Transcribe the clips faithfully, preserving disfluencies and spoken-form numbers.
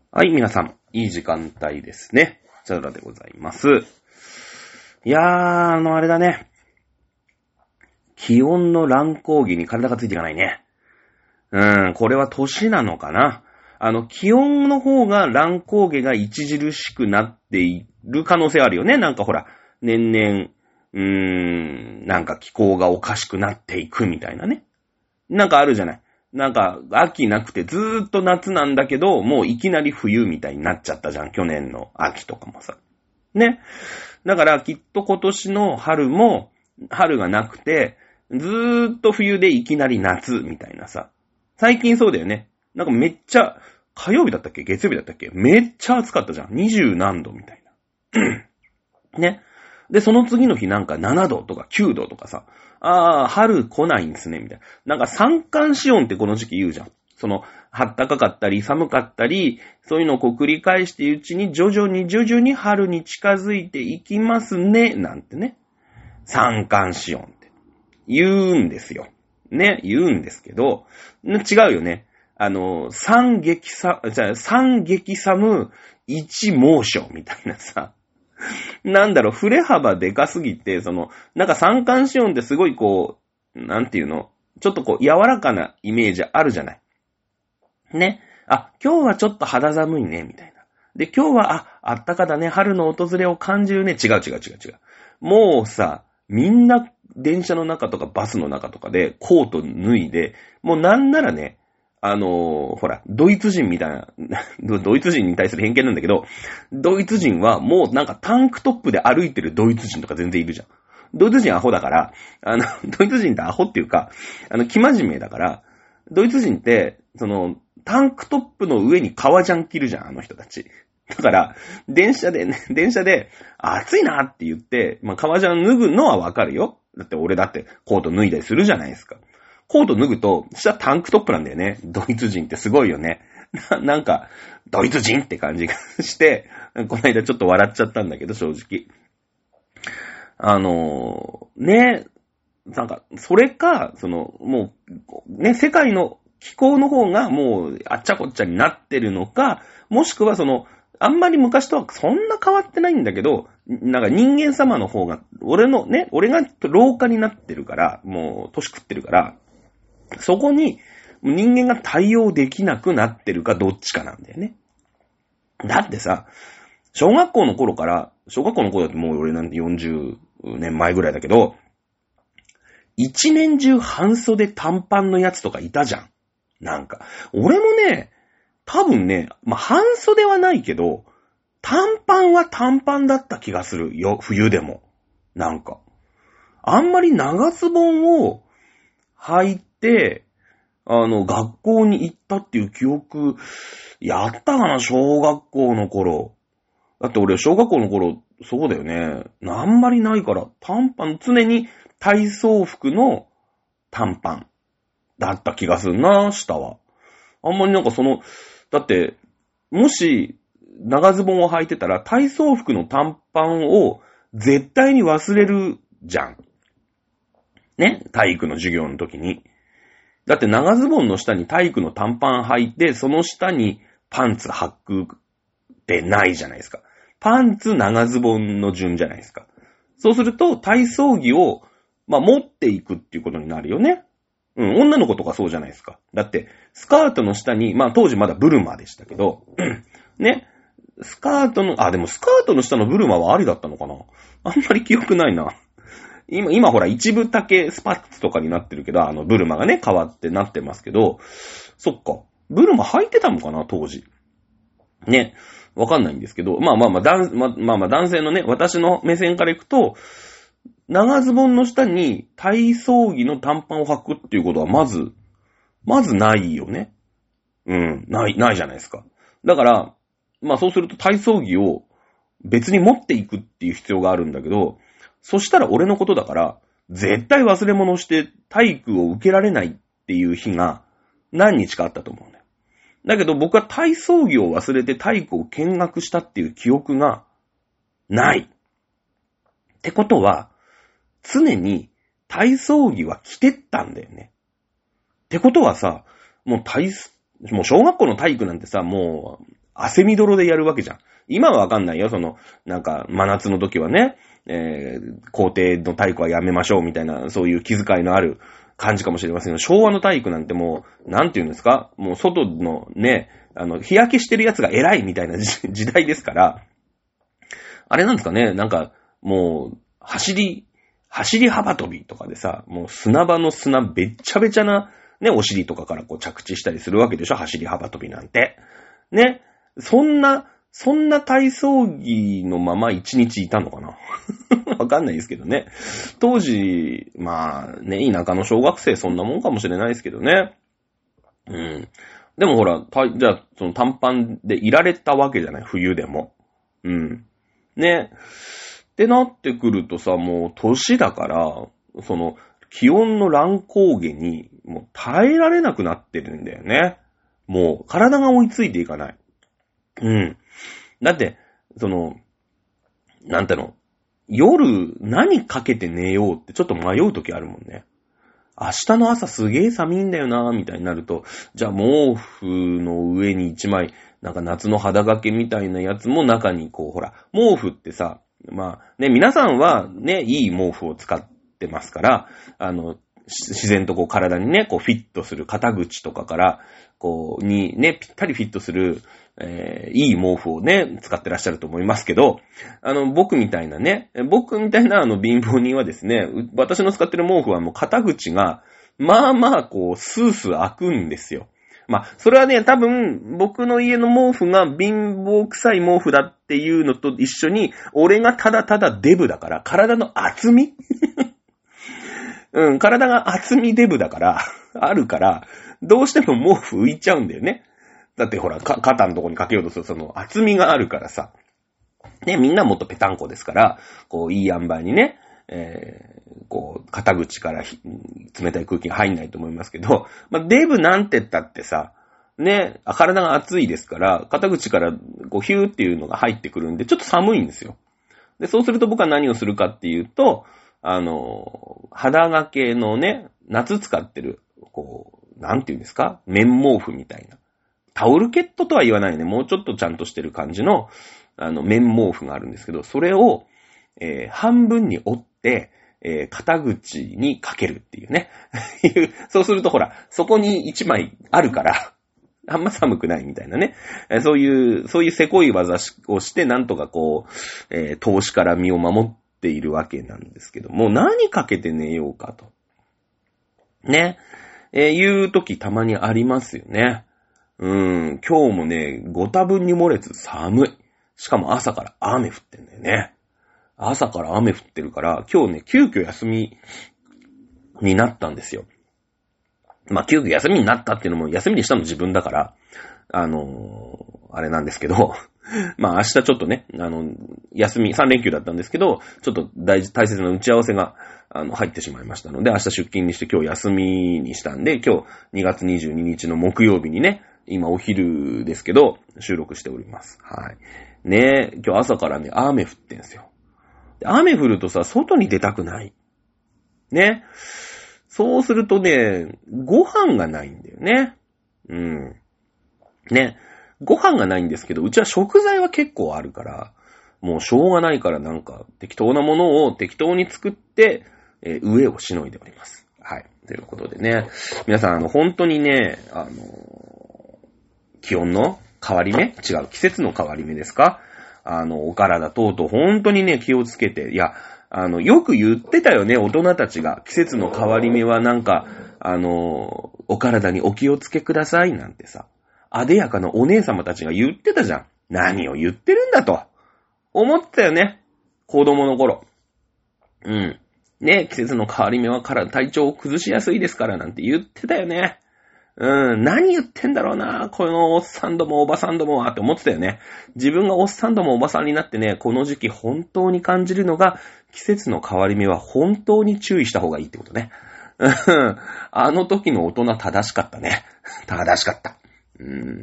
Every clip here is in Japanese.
はい、皆さん、いい時間帯ですね。チャドラでございます。いやー、あの、あれだね。気温の乱高下に体がついていかないね。うーん、これは年なのかな。あの、気温の方が乱高下が著しくなっている可能性あるよね。なんかほら、年々、うーん、なんか気候がおかしくなっていくみたいなね。なんかあるじゃない。なんか、秋なくてずーっと夏なんだけど、もういきなり冬みたいになっちゃったじゃん。去年の秋とかもさ。ね。だからきっと今年の春も、春がなくて、ずーっと冬でいきなり夏みたいなさ。最近そうだよね。なんかめっちゃ、火曜日だったっけ月曜日だったっけめっちゃ暑かったじゃん。二十何度みたいな。ね。で、その次の日なんかななどとかきゅうどとかさ。ああ、春来ないんですね、みたいな。なんか三寒四温ってこの時期言うじゃん。その、暖かかったり寒かったり、そういうのをこう繰り返しているうちに徐々に徐々に春に近づいていきますね、なんてね。三寒四温って言うんですよ。ね、言うんですけど、違うよね。あの、三激さ、じゃあ三激寒、一猛暑みたいなさ。なんだろう、振れ幅でかすぎて、その、なんか三寒四温ってすごいこう、なんていうの、ちょっとこう、柔らかなイメージあるじゃない。ね。あ、今日はちょっと肌寒いね、みたいな。で、今日は、あ、あったかだね、春の訪れを感じるね。違う違う違う違う。もうさ、みんな電車の中とかバスの中とかでコート脱いで、もうなんならね、あのー、ほら、ドイツ人みたいな、ドイツ人に対する偏見なんだけど、ドイツ人はもうなんかタンクトップで歩いてるドイツ人とか全然いるじゃん。ドイツ人アホだから、あの、ドイツ人ってアホっていうか、あの、生真面目だから、ドイツ人って、その、タンクトップの上に革ジャン着るじゃん、あの人たち。だから、電車でね、電車で、暑いなって言って、まあ、革ジャン脱ぐのはわかるよ。だって俺だってコート脱いだりするじゃないですか。コート脱ぐと、下タンクトップなんだよね。ドイツ人ってすごいよね。な、なんか、ドイツ人って感じがして、この間ちょっと笑っちゃったんだけど、正直。あのー、ね、なんか、それか、その、もう、ね、世界の気候の方がもう、あっちゃこっちゃになってるのか、もしくはその、あんまり昔とはそんな変わってないんだけど、なんか人間様の方が、俺のね、俺が老化になってるから、もう年食ってるから、そこに人間が対応できなくなってるかどっちかなんだよね。だってさ、小学校の頃から、小学校の頃だってもう俺なんてよんじゅうねんまえぐらいだけど、一年中半袖短パンのやつとかいたじゃん。なんか。俺もね、多分ね、まあ、半袖はないけど、短パンは短パンだった気がするよ、冬でも。なんか。あんまり長ズボンを履いて、あの、学校に行ったっていう記憶、やったかな、小学校の頃。だって俺、小学校の頃、そうだよね。あんまりないから、短パン、常に体操服の短パンだった気がするな、下は。あんまりなんかその、だって、もし、長ズボンを履いてたら、体操服の短パンを絶対に忘れるじゃん。ね、体育の授業の時に。だって長ズボンの下に体育の短パン履いて、その下にパンツ履くってないじゃないですか。パンツ長ズボンの順じゃないですか。そうすると体操着を、まあ、持っていくっていうことになるよね。うん、女の子とかそうじゃないですか。だって、スカートの下に、まあ当時まだブルマでしたけど、ね、スカートの、あ、でもスカートの下のブルマはありだったのかな？あんまり記憶ないな。今、今ほら一部丈スパッツとかになってるけど、あのブルマがね、変わってなってますけど、そっか。ブルマ履いてたのかな、当時。ね。わかんないんですけど、まあまあまあ、男、まあまあまあ男性のね、私の目線からいくと、長ズボンの下に体操着の短パンを履くっていうことはまず、まずないよね。うん、ない、ないじゃないですか。だから、まあそうすると体操着を別に持っていくっていう必要があるんだけど、そしたら俺のことだから、絶対忘れ物して体育を受けられないっていう日が何日かあったと思うんだよ。だけど僕は体操着を忘れて体育を見学したっていう記憶がない。ってことは、常に体操着は着てったんだよね。ってことはさ、もう体、もう小学校の体育なんてさ、もう汗みどろでやるわけじゃん。今はわかんないよ、その、なんか、真夏の時はね、えー、校庭の体育はやめましょうみたいな、そういう気遣いのある感じかもしれませんが、昭和の体育なんてもう、なんて言うんですか、もう外のね、あの、日焼けしてるやつが偉いみたいな時代ですから、あれなんですかね、なんか、もう、走り、走り幅跳びとかでさ、もう砂場の砂べっちゃべちゃな、ね、お尻とかからこう着地したりするわけでしょ、走り幅跳びなんて。ね、そんな、そんな体操着のまま一日いたのかなわかんないですけどね。当時、まあね、田舎の小学生そんなもんかもしれないですけどね。うん。でもほら、じゃあ、その短パンでいられたわけじゃない、冬でも。うん。ね。ってなってくるとさ、もう年だから、その、気温の乱高下に、もう耐えられなくなってるんだよね。もう、体が追いついていかない。うん。だって、その、なんての、夜何かけて寝ようってちょっと迷う時あるもんね。明日の朝すげえ寒いんだよなーみたいになると、じゃあ毛布の上に一枚、なんか夏の肌掛けみたいなやつも中にこう、ほら、毛布ってさ、まあね、皆さんはね、いい毛布を使ってますから、あの、自然とこう体にね、こうフィットする肩口とかから、こう、にね、ぴったりフィットする、えー、いい毛布をね、使ってらっしゃると思いますけど、あの、僕みたいなね、僕みたいなあの貧乏人はですね、私の使ってる毛布はもう肩口が、まあまあこう、スースー開くんですよ。まあ、それはね、多分、僕の家の毛布が貧乏臭い毛布だっていうのと一緒に、俺がただただデブだから、体の厚みうん、体が厚みデブだから、あるから、どうしても毛布浮いちゃうんだよね。だってほら、か肩のとこにかけようとするその厚みがあるからさ。ね、みんなもっとペタンコですから、こう、いい塩梅にね、えー、こう、肩口から冷たい空気が入んないと思いますけど、まあ、デブなんて言ったってさ、ね、体が熱いですから、肩口からこう、ヒューっていうのが入ってくるんで、ちょっと寒いんですよ。で、そうすると僕は何をするかっていうと、あの、肌掛けのね、夏使ってる、こう、なんていうんですか？綿毛布みたいな。タオルケットとは言わないね。もうちょっとちゃんとしてる感じの、あの、綿毛布があるんですけど、それを、えー、半分に折って、えー、肩口にかけるっていうね。そうするとほら、そこに一枚あるから、あんま寒くないみたいなね。えー、そういう、そういうせこい技をして、なんとかこう、えー、投資から身を守っているわけなんですけども、何かけて寝ようかと。ね。えー、いう時たまにありますよね。うーん、今日もね、ご多分に漏れず寒い。しかも朝から雨降ってんだよね。朝から雨降ってるから、今日ね、急遽休みになったんですよ。まあ、急遽休みになったっていうのも、休みにしたの自分だから、あのー、あれなんですけど、まあ明日ちょっとね、あの、休み、さん連休だったんですけど、ちょっと大事、大切な打ち合わせが、あの、入ってしまいましたので、明日出勤にして今日休みにしたんで、今日にがつにじゅうににちの木曜日にね、今お昼ですけど、収録しております。はい。ねえ、今日朝からね、雨降ってんすよ。雨降るとさ、外に出たくない。ね。そうするとね、ご飯がないんだよね。うん。ね。ご飯がないんですけど、うちは食材は結構あるから、もうしょうがないからなんか適当なものを適当に作って、えー、上をしのいでおります。はい。ということでね、皆さんあの本当にね、あのー、気温の変わり目違う、季節の変わり目ですか？あの、お体等々本当にね、気をつけて、いや、あの、よく言ってたよね、大人たちが。季節の変わり目はなんか、あのー、お体にお気をつけくださいなんてさ。あでやかなお姉様たちが言ってたじゃん。何を言ってるんだと。思ってたよね。子供の頃。うん。ね、季節の変わり目はから体調を崩しやすいですからなんて言ってたよね。うん。何言ってんだろうな。このおっさんどもおばさんどもはって思ってたよね。自分がおっさんどもおばさんになってね、この時期本当に感じるのが、季節の変わり目は本当に注意した方がいいってことね。うん。あの時の大人正しかったね。正しかった。うん、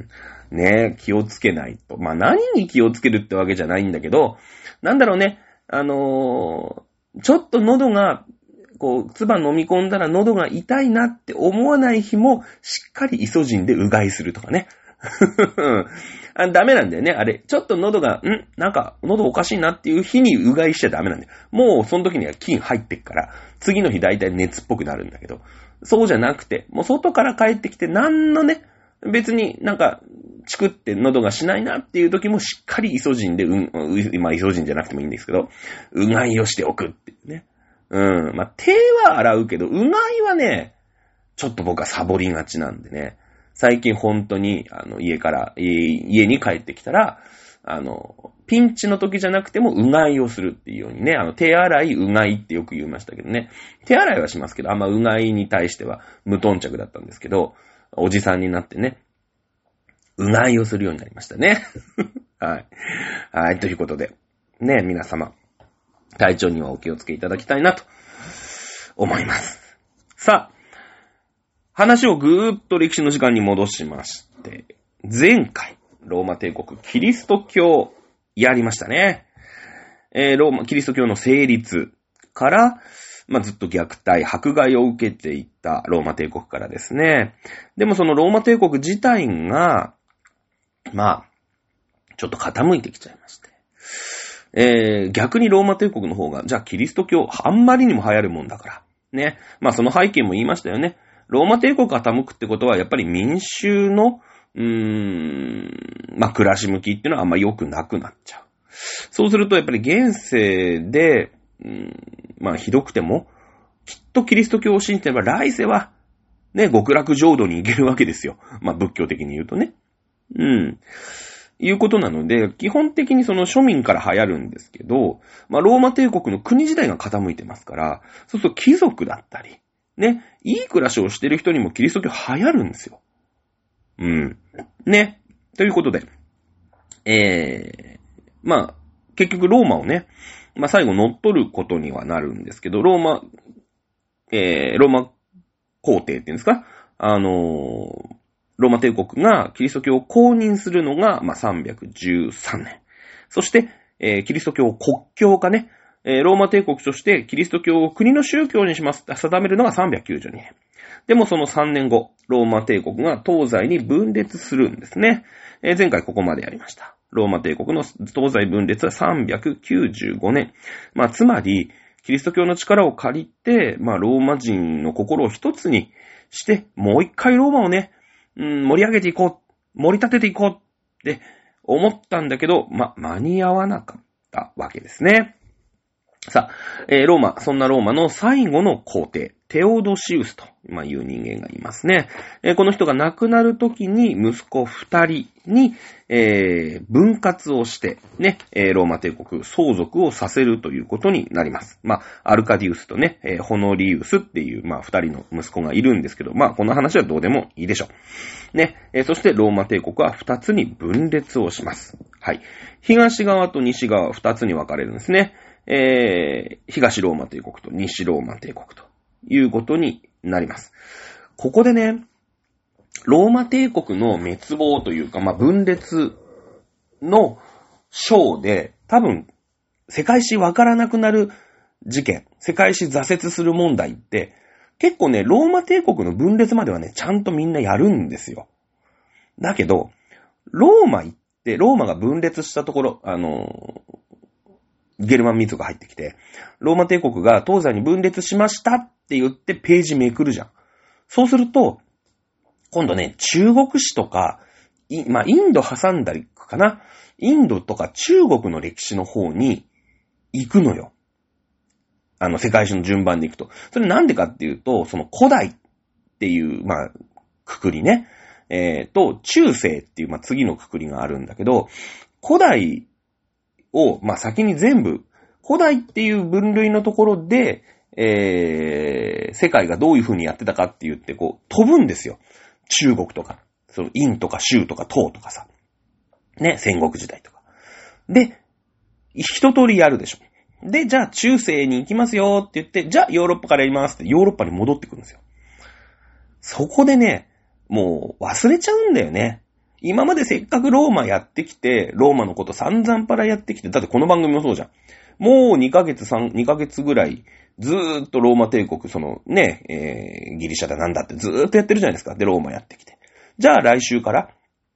ねえ、気をつけないと。まあ、何に気をつけるってわけじゃないんだけど、なんだろうね、あのー、ちょっと喉が、こう、唾飲み込んだら喉が痛いなって思わない日も、しっかりイソジンでうがいするとかね。 あダメなんだよね、あれ。ちょっと喉が、んなんか、喉おかしいなっていう日にうがいしちゃダメなんだよ。もう、その時には菌入ってっから、次の日大体熱っぽくなるんだけど、そうじゃなくて、もう外から帰ってきて、なんのね、別になんか、チクって喉がしないなっていう時もしっかりイソジンで、うん、うまあイソジンじゃなくてもいいんですけど、うがいをしておくっていうね。うん。まあ、手は洗うけど、うがいはね、ちょっと僕はサボりがちなんでね。最近本当に、あの、家から、家に帰ってきたら、あの、ピンチの時じゃなくても、うがいをするっていうようにね、あの、手洗い、うがいってよく言いましたけどね。手洗いはしますけど、あんまうがいに対しては無頓着だったんですけど、おじさんになってね、うがいをするようになりましたね。はい。はい、ということで、ね、皆様、体調にはお気をつけいただきたいなと思います。さあ、話をぐーっと歴史の時間に戻しまして、前回、ローマ帝国、キリスト教、やりましたね。えー、ローマ、キリスト教の成立から、まあ、ずっと虐待、迫害を受けていたローマ帝国からですね。でもそのローマ帝国自体が、まあ、ちょっと傾いてきちゃいまして。えー、逆にローマ帝国の方が、じゃあキリスト教、あんまりにも流行るもんだから。ね。まあその背景も言いましたよね。ローマ帝国が傾くってことは、やっぱり民衆の、うーん、まあ暮らし向きっていうのはあんま良くなくなっちゃう。そうすると、やっぱり現世で、うーん、まあひどくても、きっとキリスト教を信じてれば来世は、ね、極楽浄土に行けるわけですよ。まあ仏教的に言うとね。うん。いうことなので、基本的にその庶民から流行るんですけど、まあローマ帝国の国自体が傾いてますから、そうすると貴族だったり、ね、いい暮らしをしてる人にもキリスト教流行るんですよ。うん。ね。ということで、えー、まあ、結局ローマをね、まあ最後乗っ取ることにはなるんですけど、ローマ、えー、ローマ皇帝っていうんですか、あのー、ローマ帝国がキリスト教を公認するのが、まあ、さんびゃくじゅうさんねん。そして、えー、キリスト教を国教化ね、えー、ローマ帝国としてキリスト教を国の宗教にします、定めるのがさんびゃくきゅうじゅうにねん。でもそのさんねんご、ローマ帝国が東西に分裂するんですね。えー、前回ここまでやりました。ローマ帝国の東西分裂はさんびゃくきゅうじゅうごねん。まあ、つまり、キリスト教の力を借りて、まあ、ローマ人の心を一つにして、もう一回ローマをね、うん、盛り上げていこう、盛り立てていこうって思ったんだけど、ま、間に合わなかったわけですね。さあ、えー、ローマ、そんなローマの最後の皇帝、テオドシウスという人間がいますね。えー、この人が亡くなるときに息子二人に、えー、分割をして、ね、えー、ローマ帝国相続をさせるということになります。まあ、アルカディウスとね、えー、ホノリウスっていう、まあ、二人の息子がいるんですけど、まあ、この話はどうでもいいでしょう。ね、えー、そしてローマ帝国は二つに分裂をします。はい。東側と西側は二つに分かれるんですね。えー、東ローマ帝国と西ローマ帝国ということになります。ここでね、ローマ帝国の滅亡というか、まあ、分裂の章で、多分、世界史わからなくなる事件、世界史挫折する問題って、結構ね、ローマ帝国の分裂まではね、ちゃんとみんなやるんですよ。だけど、ローマ行って、ローマが分裂したところ、あのー、ゲルマン民族が入ってきて、ローマ帝国が東西に分裂しましたって言ってページめくるじゃん。そうすると、今度ね、中国史とか、いまあ、インド挟んだりかな。インドとか中国の歴史の方に行くのよ。あの、世界史の順番で行くと。それなんでかっていうと、その古代っていう、まあ、くくりね。えー、と、中世っていう、まあ、次のくくりがあるんだけど、古代を、まあ、先に全部、古代っていう分類のところで、えー、世界がどういう風にやってたかって言って、こう、飛ぶんですよ。中国とか、その、殷とか州とか唐とかさ。ね、戦国時代とか。で、一通りやるでしょ。で、じゃあ中世に行きますよって言って、じゃあヨーロッパからやりますってヨーロッパに戻ってくるんですよ。そこでね、もう忘れちゃうんだよね。今までせっかくローマやってきて、ローマのこと散々パラやってきて、だってこの番組もそうじゃん。もうにかげつ、さん、にかげつぐらい、ずーっとローマ帝国、そのね、えー、ギリシャだなんだってずーっとやってるじゃないですか。で、ローマやってきて。じゃあ来週から、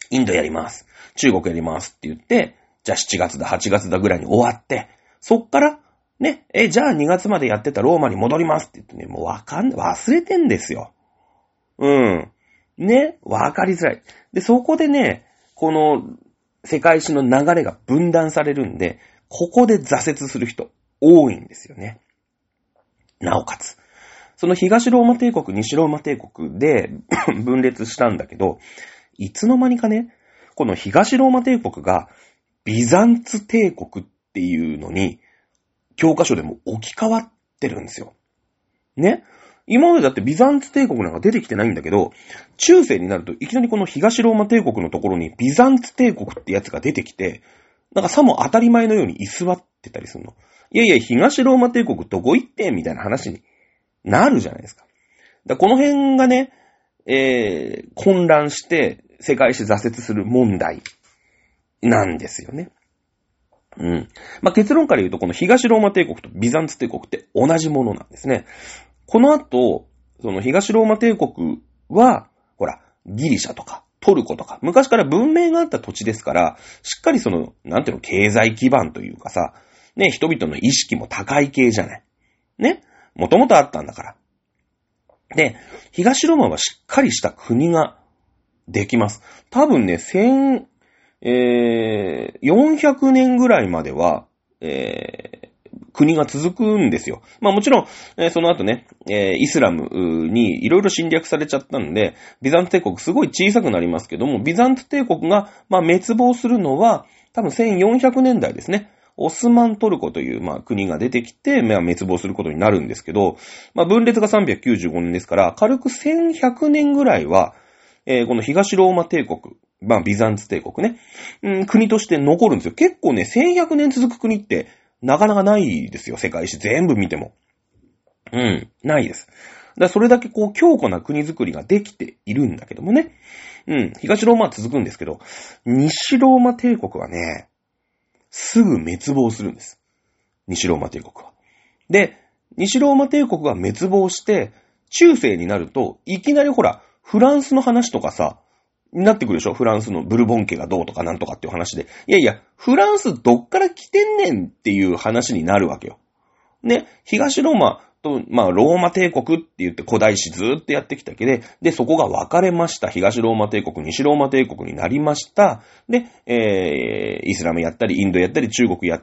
インドやります。中国やりますって言って、じゃあしちがつだ、はちがつだぐらいに終わって、そっから、ね、え、じゃあにがつまでやってたローマに戻りますって言ってね、もうわかん、忘れてんですよ。うん。ね、わかりづらい。で、そこでね、この世界史の流れが分断されるんで、ここで挫折する人多いんですよね。なおかつ。その東ローマ帝国、西ローマ帝国で分裂したんだけど、いつの間にかね、この東ローマ帝国がビザンツ帝国っていうのに、教科書でも置き換わってるんですよ。ね。今までだってビザンツ帝国なんか出てきてないんだけど、中世になるといきなりこの東ローマ帝国のところにビザンツ帝国ってやつが出てきて、なんかさも当たり前のように居座ってたりするの。いやいや、東ローマ帝国どこ行ってみたいな話になるじゃないですか。だからこの辺がね、えー、混乱して世界史挫折する問題なんですよね。うん。まあ、結論から言うとこの東ローマ帝国とビザンツ帝国って同じものなんですね。この後、その東ローマ帝国は、ほら、ギリシャとかトルコとか、昔から文明があった土地ですから、しっかりその、なんていうの、経済基盤というかさ、ね、人々の意識も高い系じゃない。ね。もともとあったんだから。で、東ローマはしっかりした国ができます。多分ね、千、えー、よんひゃくねんぐらいまでは、えー、国が続くんですよ。まあもちろん、えー、その後ね、えー、イスラムにいろいろ侵略されちゃったんで、ビザンツ帝国すごい小さくなりますけども、ビザンツ帝国が、まあ滅亡するのは、多分せんよんひゃくねんだいですね。オスマントルコという、まあ、国が出てきて、まあ、滅亡することになるんですけど、まあ、分裂がさんびゃくきゅうじゅうごねんですから、軽くせんひゃくねんぐらいは、えー、この東ローマ帝国、まあ、ビザンツ帝国ね、うん、国として残るんですよ。結構ね、せんひゃくねん続く国って、なかなかないですよ、世界史全部見ても。うん、ないです。だからそれだけこう、強固な国づくりができているんだけどもね。うん、東ローマは続くんですけど、西ローマ帝国はね、すぐ滅亡するんです。西ローマ帝国は。で、西ローマ帝国が滅亡して、中世になると、いきなりほら、フランスの話とかさ、になってくるでしょ？フランスのブルボン家がどうとかなんとかっていう話で。いやいや、フランスどっから来てんねんっていう話になるわけよ。ね、東ローマと、まあ、ローマ帝国って言って古代史ずーっとやってきたけど、で、そこが分かれました。東ローマ帝国、西ローマ帝国になりました。で、えー、イスラムやったり、インドやったり、中国やって、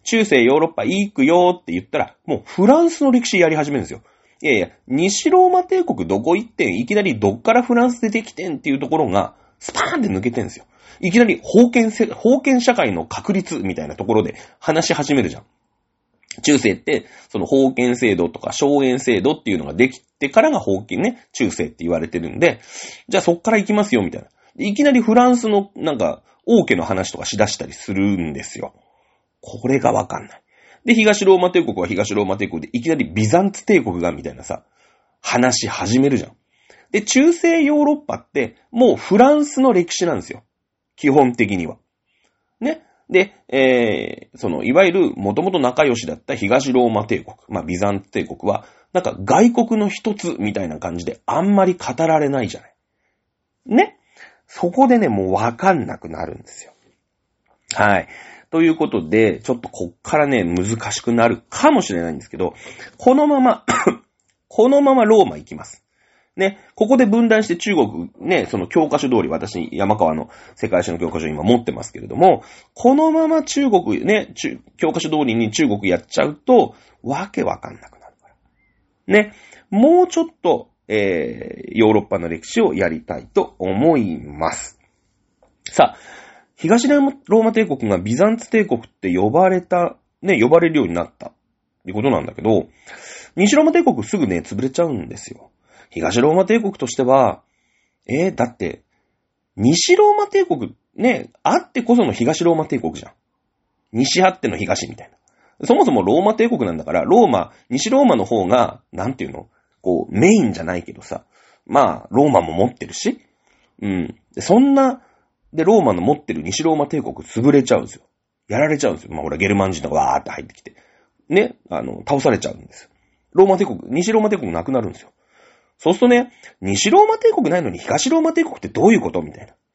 中世ヨーロッパ行くよって言ったら、もうフランスの歴史やり始めるんですよ。いやいや、西ローマ帝国どこ行ってん、いきなりどっからフランスでできてんっていうところが、スパーンって抜けてんですよ。いきなり封建せ、封建社会の確立みたいなところで話し始めるじゃん。中世って、その封建制度とか荘園制度っていうのができてからが封建ね、中世って言われてるんで、じゃあそっから行きますよみたいな。いきなりフランスのなんか王家の話とかしだしたりするんですよ。これがわかんない。で、東ローマ帝国は東ローマ帝国でいきなりビザンツ帝国がみたいなさ、話し始めるじゃん。で、中世ヨーロッパってもうフランスの歴史なんですよ。基本的には。ね。で、えー、その、いわゆる、もともと仲良しだった東ローマ帝国、まあ、ビザンツ帝国は、なんか外国の一つみたいな感じで、あんまり語られないじゃない。ね。そこでね、もうわかんなくなるんですよ。はい。ということで、ちょっとこっからね、難しくなるかもしれないんですけど、このまま、このままローマ行きます。ね、ここで分断して中国、ね、その教科書通り、私、山川の世界史の教科書今持ってますけれども、このまま中国、ね、中教科書通りに中国やっちゃうと、わけわかんなくなるから。ね、もうちょっと、えー、ヨーロッパの歴史をやりたいと思います。さあ、東ローマ帝国がビザンツ帝国って呼ばれた、ね、呼ばれるようになったっていうことなんだけど、西ローマ帝国すぐね、潰れちゃうんですよ。東ローマ帝国としては、えー、だって、西ローマ帝国、ね、あってこその東ローマ帝国じゃん。西あっての東みたいな。そもそもローマ帝国なんだから、ローマ、西ローマの方が、なんていうの？こう、メインじゃないけどさ、まあ、ローマも持ってるし、うん。そんな、で、ローマの持ってる西ローマ帝国潰れちゃうんですよ。やられちゃうんですよ。まあ、ほら、ゲルマン人とかわーって入ってきて。ね、あの、倒されちゃうんですよ。ローマ帝国、西ローマ帝国なくなるんですよ。そうするとね、西ローマ帝国ないのに東ローマ帝国ってどういうことみたいな。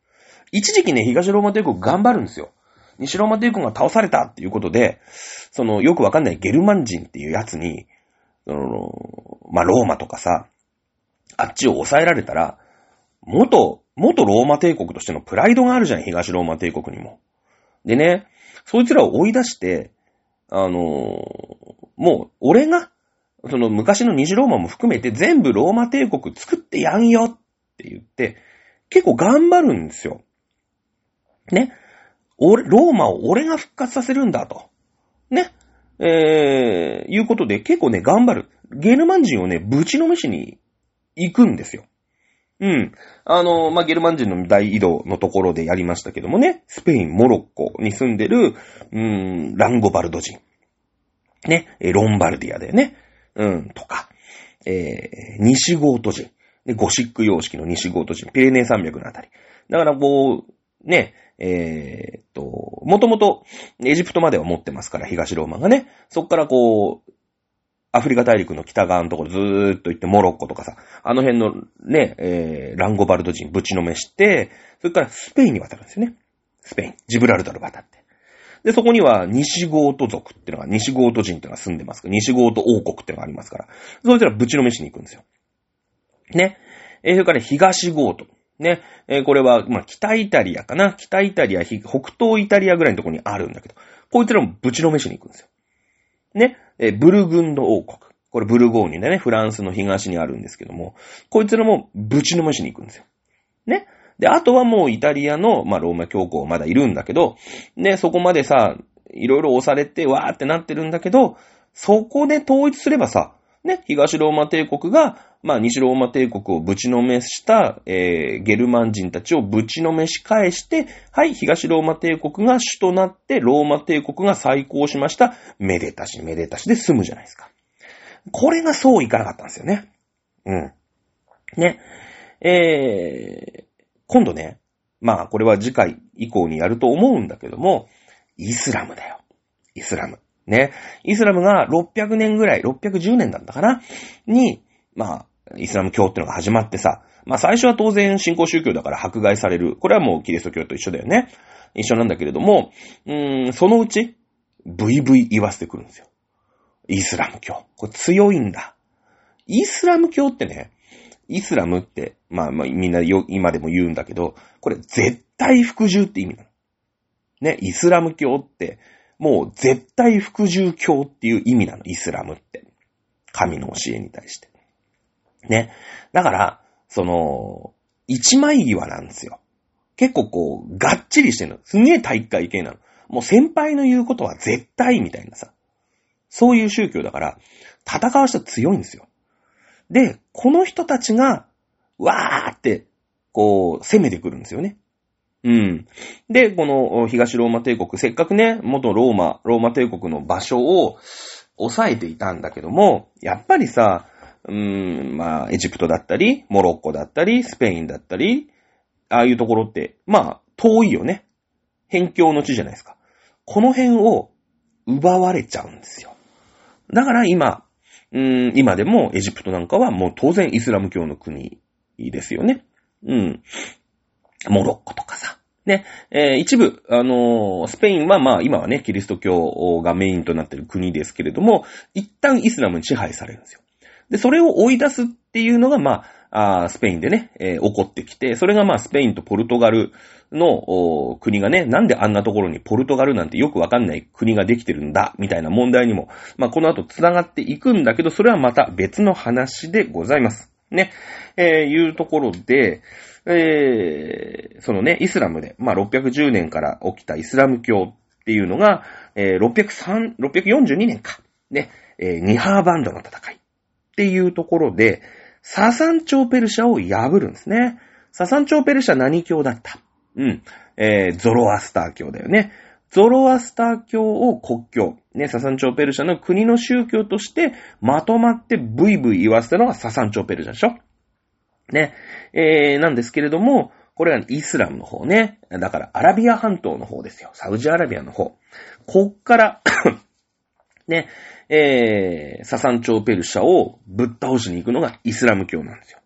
一時期ね、東ローマ帝国頑張るんですよ。西ローマ帝国が倒されたっていうことで、その、よくわかんないゲルマン人っていうやつに、その、まあ、ローマとかさ、あっちを抑えられたら、元、元ローマ帝国としてのプライドがあるじゃん、東ローマ帝国にも。でね、そいつらを追い出して、あのー、もう、俺が、その昔の西ローマも含めて全部ローマ帝国作ってやんよって言って、結構頑張るんですよ。ね。俺、ローマを俺が復活させるんだと。ね。えー、いうことで結構ね、頑張る。ゲルマン人をね、ぶちのめしに行くんですよ。うん。あの、まあ、ゲルマン人の大移動のところでやりましたけどもね、スペイン、モロッコに住んでる、うーん、ランゴバルド人。ね、ロンバルディアだよね。うん、とか、えー、西ゴート人。で、ゴシック様式の西ゴート人。ピレネー山脈のあたり。だからこう、ね、えー、っと、もともとエジプトまでは持ってますから、東ローマがね。そっからこう、アフリカ大陸の北側のところずーっと行ってモロッコとかさ、あの辺のね、えー、ランゴバルド人ぶちのめして、それからスペインに渡るんですよね。スペイン。ジブラルタル渡って。で、そこには西ゴート族っていうのが、西ゴート人っていうのが住んでますから、西ゴート王国っていうのがありますから、そいつらぶちのめしに行くんですよ。ね。えー、それから東ゴート。ね。えー、これは、まあ、北イタリアかな。北イタリア、北東イタリアぐらいのところにあるんだけど、こいつらもぶちのめしに行くんですよ。ね。えー、ブルグンド王国。これブルゴーニュでね、フランスの東にあるんですけども、こいつらもぶちのめしに行くんですよ。ね。で、あとはもうイタリアの、まあ、ローマ教皇まだいるんだけど、ね、そこまでさ、いろいろ押されて、わーってなってるんだけど、そこで統一すればさ、ね、東ローマ帝国が、まあ、西ローマ帝国をぶちのめした、えー、ゲルマン人たちをぶちのめし返して、はい、東ローマ帝国が主となって、ローマ帝国が再興しました。めでたしめでたしで済むじゃないですか。これがそういかなかったんですよね。うん。ね。えー、今度ね、まあこれは次回以降にやると思うんだけども、イスラムだよ。イスラム。ね。イスラムがろっぴゃくねんぐらい、ろっぴゃくじゅうねんだったかなに、まあ、イスラム教っていうのが始まってさ、まあ最初は当然新興宗教だから迫害される。これはもうキリスト教と一緒だよね。一緒なんだけれども、うーん、そのうち、ブイブイ言わせてくるんですよ。イスラム教。これ強いんだ。イスラム教ってね、イスラムって、まあまあみんなよ今でも言うんだけど、これ絶対服従って意味なの。ね、イスラム教って、もう絶対服従教っていう意味なの、イスラムって。神の教えに対して。ね。だから、その、一枚際なんですよ。結構こう、がっちりしてるの。すげえ体育会系なの。もう先輩の言うことは絶対みたいなさ。そういう宗教だから、戦う人強いんですよ。で、この人たちが、わーって、こう、攻めてくるんですよね。うん。で、この東ローマ帝国、せっかくね、元ローマ、ローマ帝国の場所を抑えていたんだけども、やっぱりさ、うーん、まあ、エジプトだったり、モロッコだったり、スペインだったり、ああいうところって、まあ、遠いよね。辺境の地じゃないですか。この辺を奪われちゃうんですよ。だから今、うーん、今でもエジプトなんかはもう当然イスラム教の国ですよね。うん。モロッコとかさ。ね。えー、一部、あのー、スペインはまあ今はね、キリスト教がメインとなっている国ですけれども、一旦イスラムに支配されるんですよ。で、それを追い出すっていうのがまあ、あスペインでね、えー、起こってきて、それがまあスペインとポルトガルの国がね、なんであんなところにポルトガルなんてよくわかんない国ができてるんだ、みたいな問題にも、まあこの後繋がっていくんだけど、それはまた別の話でございます。ね。えー、いうところで、えー、そのね、イスラムで、まあろっぴゃくじゅうねんから起きたイスラム教っていうのが、えー、ろっぴゃくさん、ろっぴゃくよんじゅうにねんか。ね、えー、ニハーバンドの戦いっていうところで、ササン朝ペルシャを破るんですね。ササン朝ペルシャ何教だった？うん。えー、ゾロアスター教だよね。ゾロアスター教を国教。ね、ササン朝ペルシャの国の宗教としてまとまってブイブイ言わせたのがササン朝ペルシャでしょ。ね。えー、なんですけれども、これはイスラムの方ね。だからアラビア半島の方ですよ。サウジアラビアの方。こっから、ね、えー、ササン朝ペルシャをぶっ倒しに行くのがイスラム教なんですよ。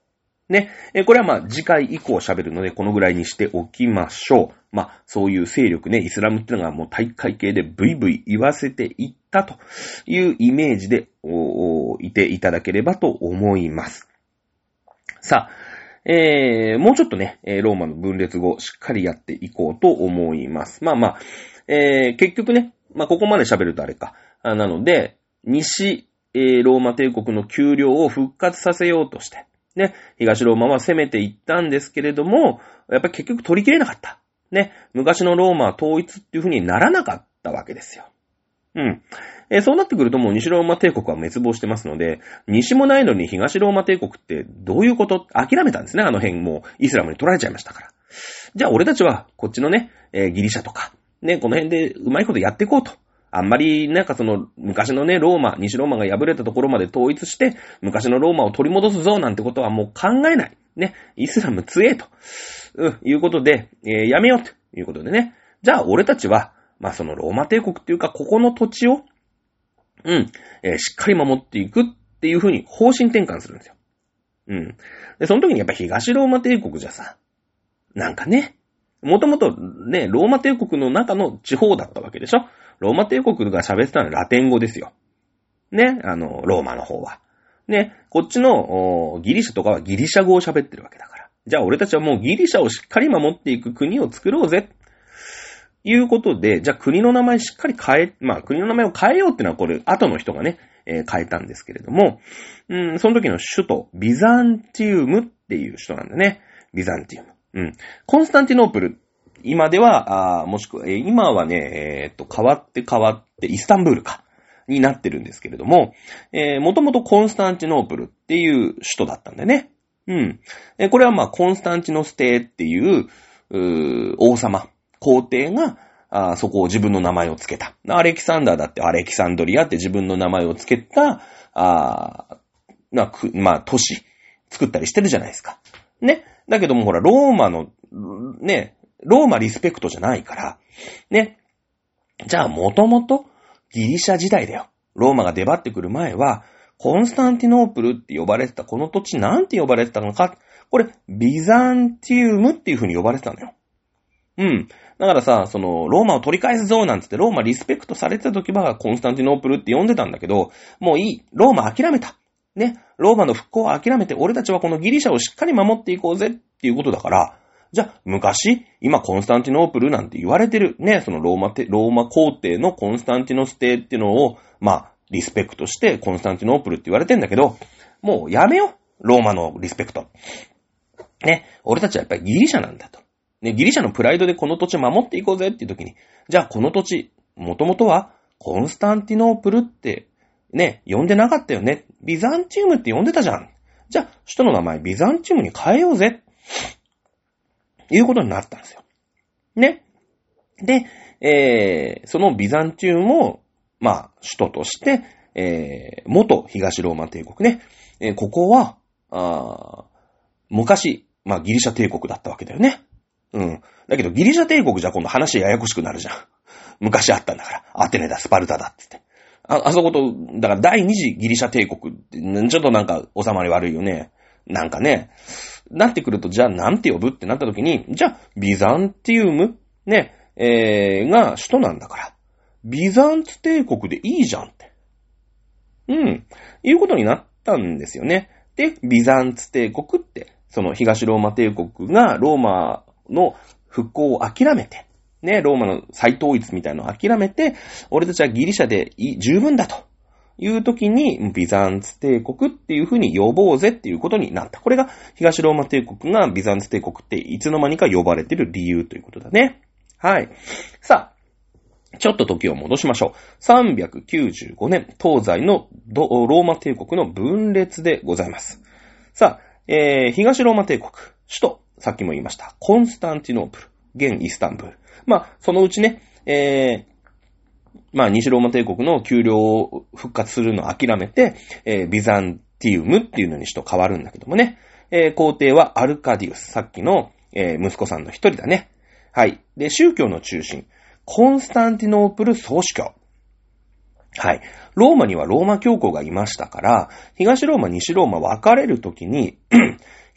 ね。え、これはまあ次回以降喋るのでこのぐらいにしておきましょう。まあそういう勢力ね、イスラムっていうのがもう大会系でブイブイ言わせていったというイメージでおいていただければと思います。さあ、えー、もうちょっとね、ローマの分裂後しっかりやっていこうと思います。まあまあ、えー、結局ね、まあここまで喋るとあれか。なので、西、えー、ローマ帝国の丘陵を復活させようとして、ね、東ローマは攻めていったんですけれども、やっぱり結局取り切れなかった。ね、昔のローマは統一っていう風にならなかったわけですよ。うん。えー、そうなってくるともう西ローマ帝国は滅亡してますので、西もないのに東ローマ帝国ってどういうこと？諦めたんですね、あの辺もうイスラムに取られちゃいましたから。じゃあ俺たちはこっちのね、えー、ギリシャとか、ね、この辺でうまいことやっていこうと。あんまりなんかその昔のね、ローマ、西ローマが敗れたところまで統一して、昔のローマを取り戻すぞなんてことはもう考えない。ね、イスラム強えと、うん、いうことで、えー、やめようということでね。じゃあ俺たちは、まあそのローマ帝国っていうか、ここの土地を、うん、えー、しっかり守っていくっていうふうに方針転換するんですよ。うん。で、その時にやっぱ東ローマ帝国じゃさ、なんかね、もともとね、ローマ帝国の中の地方だったわけでしょ？ローマ帝国が喋ってたのはラテン語ですよ。ね、あの、ローマの方は。ね、こっちのギリシャとかはギリシャ語を喋ってるわけだから。じゃあ俺たちはもうギリシャをしっかり守っていく国を作ろうぜ。いうことで、じゃあ国の名前しっかり変え、まあ国の名前を変えようってのはこれ後の人がね、えー、変えたんですけれども、うん、その時の首都、ビザンティウムっていう首都なんだね。ビザンティウム。うん。コンスタンティノープル。今では、あもしくは、えー、今はね、えー、っと、変わって変わって、イスタンブールか、になってるんですけれども、えー、もともとコンスタンティノープルっていう首都だったんだよね。うん。えー、これはまあ、コンスタンティノス帝っていう、うー王様、皇帝が、あそこを自分の名前をつけた。アレキサンダーだってアレキサンドリアって自分の名前をつけた、あなくまあ、都市作ったりしてるじゃないですか。ね。だけどもほら、ローマの、ね、ローマリスペクトじゃないから、ね。じゃあ、もともと、ギリシャ時代だよ。ローマが出張ってくる前は、コンスタンティノープルって呼ばれてたこの土地なんて呼ばれてたのか。これ、ビザンティウムっていう風に呼ばれてたのよ。うん。だからさ、その、ローマを取り返すぞなんつって、ローマリスペクトされてた時は、コンスタンティノープルって呼んでたんだけど、もういい。ローマ諦めた。ね。ローマの復興を諦めて、俺たちはこのギリシャをしっかり守っていこうぜっていうことだから、じゃあ、昔、今コンスタンティノープルなんて言われてる、ね、そのローマて、ローマ皇帝のコンスタンティノス帝っていうのを、まあ、リスペクトして、コンスタンティノープルって言われてんだけど、もうやめよう。ローマのリスペクト。ね、俺たちはやっぱりギリシャなんだと。ね、ギリシャのプライドでこの土地を守っていこうぜっていう時に、じゃあこの土地、もともとはコンスタンティノープルって、ね、呼んでなかったよね。ビザンティウムって呼んでたじゃん。じゃあ、首都の名前ビザンティウムに変えようぜ。いうことになったんですよ。ね。で、えー、そのビザンティウムを、まあ、首都として、えー、元東ローマ帝国ね。えー、ここは、あ昔、まあ、ギリシャ帝国だったわけだよね。うん。だけど、ギリシャ帝国じゃ今度話ややこしくなるじゃん。昔あったんだから。アテネだ、スパルタだって言って。あ、あそこと、だから第二次ギリシャ帝国って、ちょっとなんか収まり悪いよね。なんかね。なってくると、じゃあなんて呼ぶってなった時に、じゃあ、ビザンティウムね、えー、が首都なんだから。ビザンツ帝国でいいじゃんって。うん。いうことになったんですよね。で、ビザンツ帝国って、その東ローマ帝国がローマの復興を諦めて、ね、ローマの再統一みたいなのを諦めて、俺たちはギリシャで十分だという時に、ビザンツ帝国っていう風に呼ぼうぜっていうことになった。これが東ローマ帝国がビザンツ帝国っていつの間にか呼ばれてる理由ということだね。はい。さあ、ちょっと時を戻しましょう。さんびゃくきゅうじゅうごねん、東西のローマ帝国の分裂でございます。さあ、えー、東ローマ帝国、首都、さっきも言いました、コンスタンティノープル、現イスタンブール。まあ、そのうちね、えー、まあ、西ローマ帝国の丘陵を復活するのを諦めて、えー、ビザンティウムっていうのに首都変わるんだけどもね、えー、皇帝はアルカディウス、さっきの、えー、息子さんの一人だね。はい。で、宗教の中心、コンスタンティノープル総主教。はい。ローマにはローマ教皇がいましたから、東ローマ、西ローマ分かれるときに、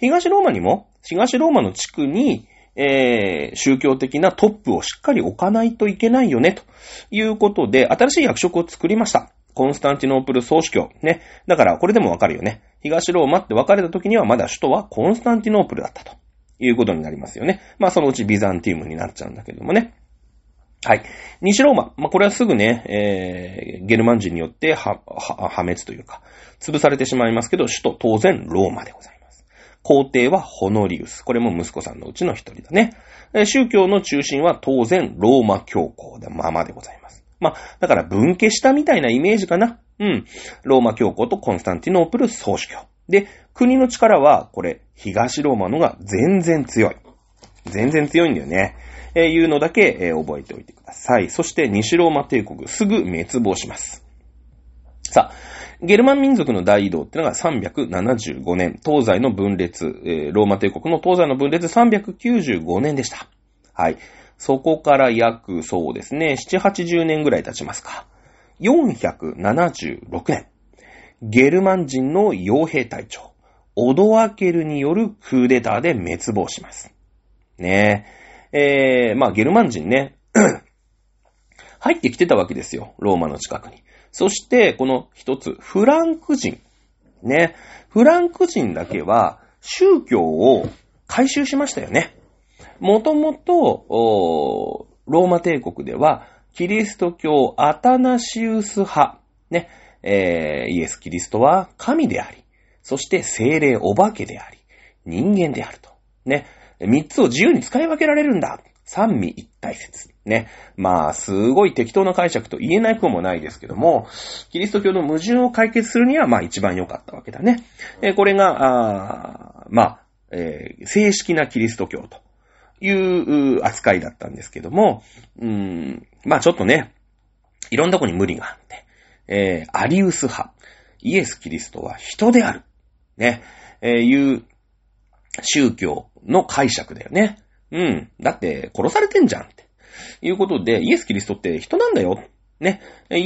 東ローマにも、東ローマの地区に、えー、宗教的なトップをしっかり置かないといけないよね、ということで、新しい役職を作りました。コンスタンティノープル総主教。ね。だから、これでもわかるよね。東ローマって分かれた時には、まだ首都はコンスタンティノープルだったということになりますよね。まあ、そのうちビザンティウムになっちゃうんだけどもね。はい。西ローマ。まあ、これはすぐね、えー、ゲルマン人によっては、は、破滅というか、潰されてしまいますけど、首都当然ローマでございます。皇帝はホノリウス。これも息子さんのうちの一人だね。宗教の中心は当然ローマ教皇のままでございます。まあ、だから分家したみたいなイメージかな。うん。ローマ教皇とコンスタンティノープル総主教。で、国の力は、これ、東ローマのが全然強い。全然強いんだよね。えー、いうのだけ、えー、覚えておいてください。そして、西ローマ帝国、すぐ滅亡します。さあ、ゲルマン民族の大移動ってのがさんびゃくななじゅうごねん。東西の分裂、えー、ローマ帝国の東西の分裂さんびゃくきゅうじゅうごねんでした。はい。そこから約、そうですね、ななじゅうはちじゅうねんぐらい経ちますか。よんひゃくななじゅうろくねん。ゲルマン人の傭兵隊長、オドアケルによるクーデターで滅亡します。ねえ。えー、まあゲルマン人ね、入ってきてたわけですよ。ローマの近くに。そして、この一つ、フランク人。ね。フランク人だけは、宗教を改宗しましたよね。もともと、ローマ帝国では、キリスト教アタナシウス派。ね。えー、イエス・キリストは神であり、そして聖霊お化けであり、人間であると。ね。三つを自由に使い分けられるんだ。三位一体説。ね。まあ、すごい適当な解釈と言えなくもないですけども、キリスト教の矛盾を解決するには、まあ一番良かったわけだね。えー、これが、あまあ、えー、正式なキリスト教という扱いだったんですけども、うーん、まあちょっとね、いろんなとこに無理があって、えー、アリウス派。イエス・キリストは人である。ね。えー、いう宗教の解釈だよね。うん。だって殺されてんじゃんって。いうことで、イエス・キリストって人なんだよ。ね。いう、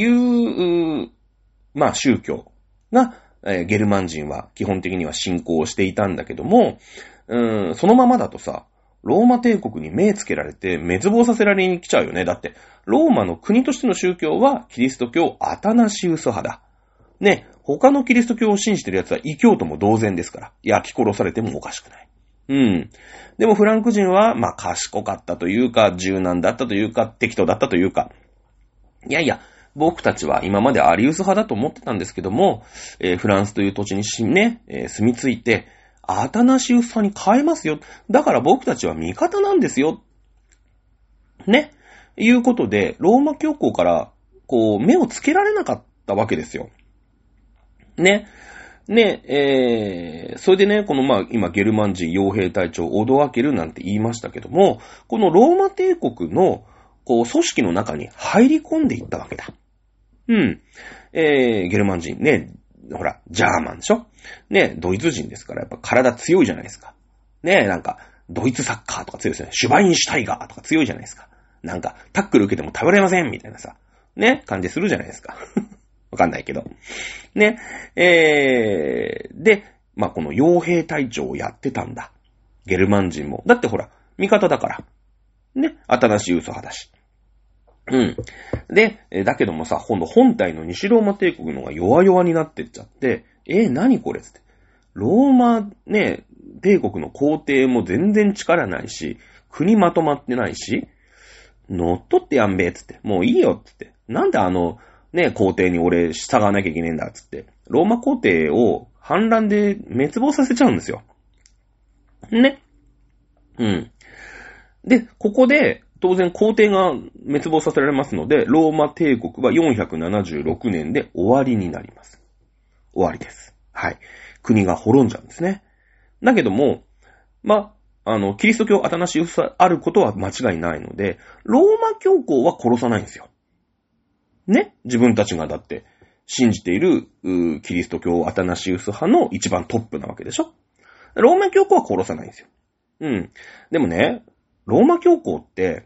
まあ宗教が、えー、ゲルマン人は基本的には信仰していたんだけども、うん、そのままだとさ、ローマ帝国に目つけられて滅亡させられに来ちゃうよね。だって、ローマの国としての宗教はキリスト教アタナシウス派だ。ね、他のキリスト教を信じてる奴は異教徒も同然ですから、焼き殺されてもおかしくない。うん。でもフランク人は、まあ賢かったというか、柔軟だったというか、適当だったというか、いやいや、僕たちは今までアリウス派だと思ってたんですけども、えー、フランスという土地にね、えー、住み着いて、アタナシウス派に変えますよ。だから僕たちは味方なんですよ。ね。いうことで、ローマ教皇から、こう、目をつけられなかったわけですよ。ね。ね、えー、それでね、このまあ、今、ゲルマン人傭兵隊長、オドアケルなんて言いましたけども、このローマ帝国の、こう、組織の中に入り込んでいったわけだ。うん。えー、ゲルマン人ね、ほら、ジャーマンでしょね、ドイツ人ですから、やっぱ体強いじゃないですか。ね、なんか、ドイツサッカーとか強いですよね。シュバインシュタイガーとか強いじゃないですか。なんか、タックル受けても倒れませんみたいなさ、ね、感じするじゃないですか。わかんないけど。ね、えー、で、まあ、この傭兵隊長をやってたんだ。ゲルマン人も。だってほら、味方だから。ね、新しい嘘派だし。うん。で、だけどもさ、今度本体の西ローマ帝国の方が弱々になってっちゃって、えー、何これつって。ローマね、帝国の皇帝も全然力ないし、国まとまってないし、乗っ取ってやんべえつって。もういいよつって。なんであの、ね、皇帝に俺従わなきゃいけねえんだつって。ローマ皇帝を反乱で滅亡させちゃうんですよ。ね。うん。で、ここで、当然皇帝が滅亡させられますので、ローマ帝国はよんひゃくななじゅうろくねんで終わりになります。終わりです。はい。国が滅んじゃうんですね。だけども、ま、あの、キリスト教アタナシウスあることは間違いないので、ローマ教皇は殺さないんですよ。ね？自分たちがだって、信じている、キリスト教アタナシウス派の一番トップなわけでしょ？ローマ教皇は殺さないんですよ。うん。でもね、ローマ教皇って、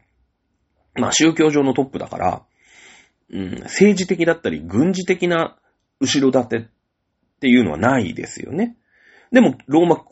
まあ宗教上のトップだから、うん、政治的だったり軍事的な後ろ盾っていうのはないですよね。でもローマ皇帝、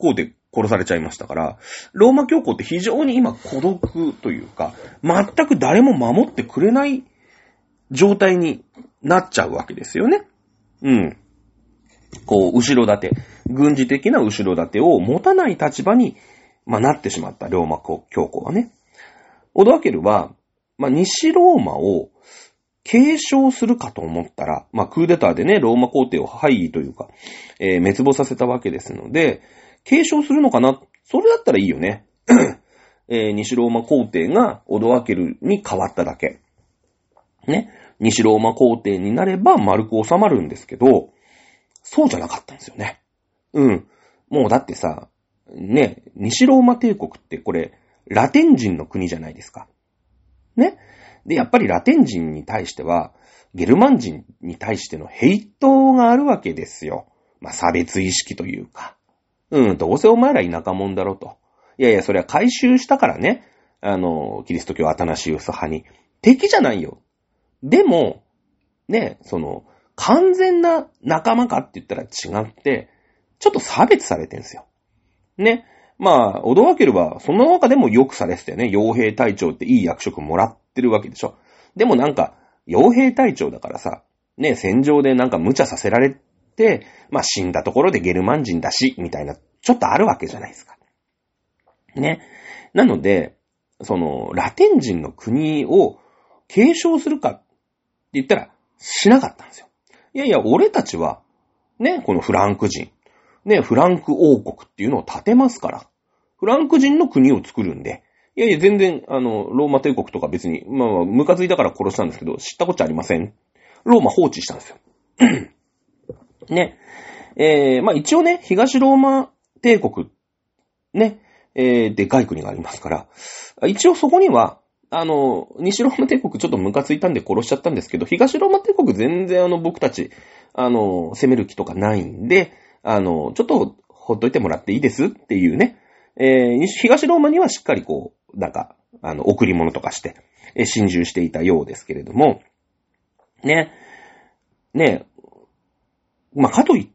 殺されちゃいましたから、ローマ教皇って非常に今孤独というか、全く誰も守ってくれない状態になっちゃうわけですよね。うん。こう、後ろ盾、軍事的な後ろ盾を持たない立場に、まあ、なってしまったローマ教皇はね。オドアケルは、まあ、西ローマを継承するかと思ったら、まあ、クーデターでね、ローマ皇帝を廃位というか、えー、滅亡させたわけですので、継承するのかな？それだったらいいよね。えー、西ローマ皇帝がオドアケルに変わっただけ。ね。西ローマ皇帝になれば丸く収まるんですけど、そうじゃなかったんですよね。うん。もうだってさ、ね、西ローマ帝国ってこれ、ラテン人の国じゃないですか。ね。で、やっぱりラテン人に対しては、ゲルマン人に対してのヘイトがあるわけですよ。まあ、差別意識というか。うん、どうせお前ら田舎者だろと。いやいや、それは回収したからね。あの、キリスト教アタナシウス派に。敵じゃないよ。でも、ね、その、完全な仲間かって言ったら違って、ちょっと差別されてんすよ。ね。まあ、オドアケルは、その中でもよくされてたよね。傭兵隊長っていい役職もらってるわけでしょ。でもなんか、傭兵隊長だからさ、ね、戦場でなんか無茶させられて、まあ死んだところでゲルマン人だし、みたいな、ちょっとあるわけじゃないですか。ね。なので、その、ラテン人の国を継承するかって言ったら、しなかったんですよ。いやいや、俺たちは、ね、このフランク人、ね、フランク王国っていうのを建てますから、フランク人の国を作るんで、いやいや、全然、あの、ローマ帝国とか別に、まあ、ムカついたから殺したんですけど、知ったこっちゃありません。ローマ放置したんですよ。ね。えー、まあ一応ね、東ローマ帝国、ね、えー、でかい国がありますから、一応そこには、あの、西ローマ帝国ちょっとムカついたんで殺しちゃったんですけど、東ローマ帝国全然あの、僕たち、あの、攻める気とかないんで、あの、ちょっとほっといてもらっていいですっていうね、えー、東ローマにはしっかりこう、なんか、あの、贈り物とかして、えー、侵入していたようですけれども、ね、ね、まあ、かといって、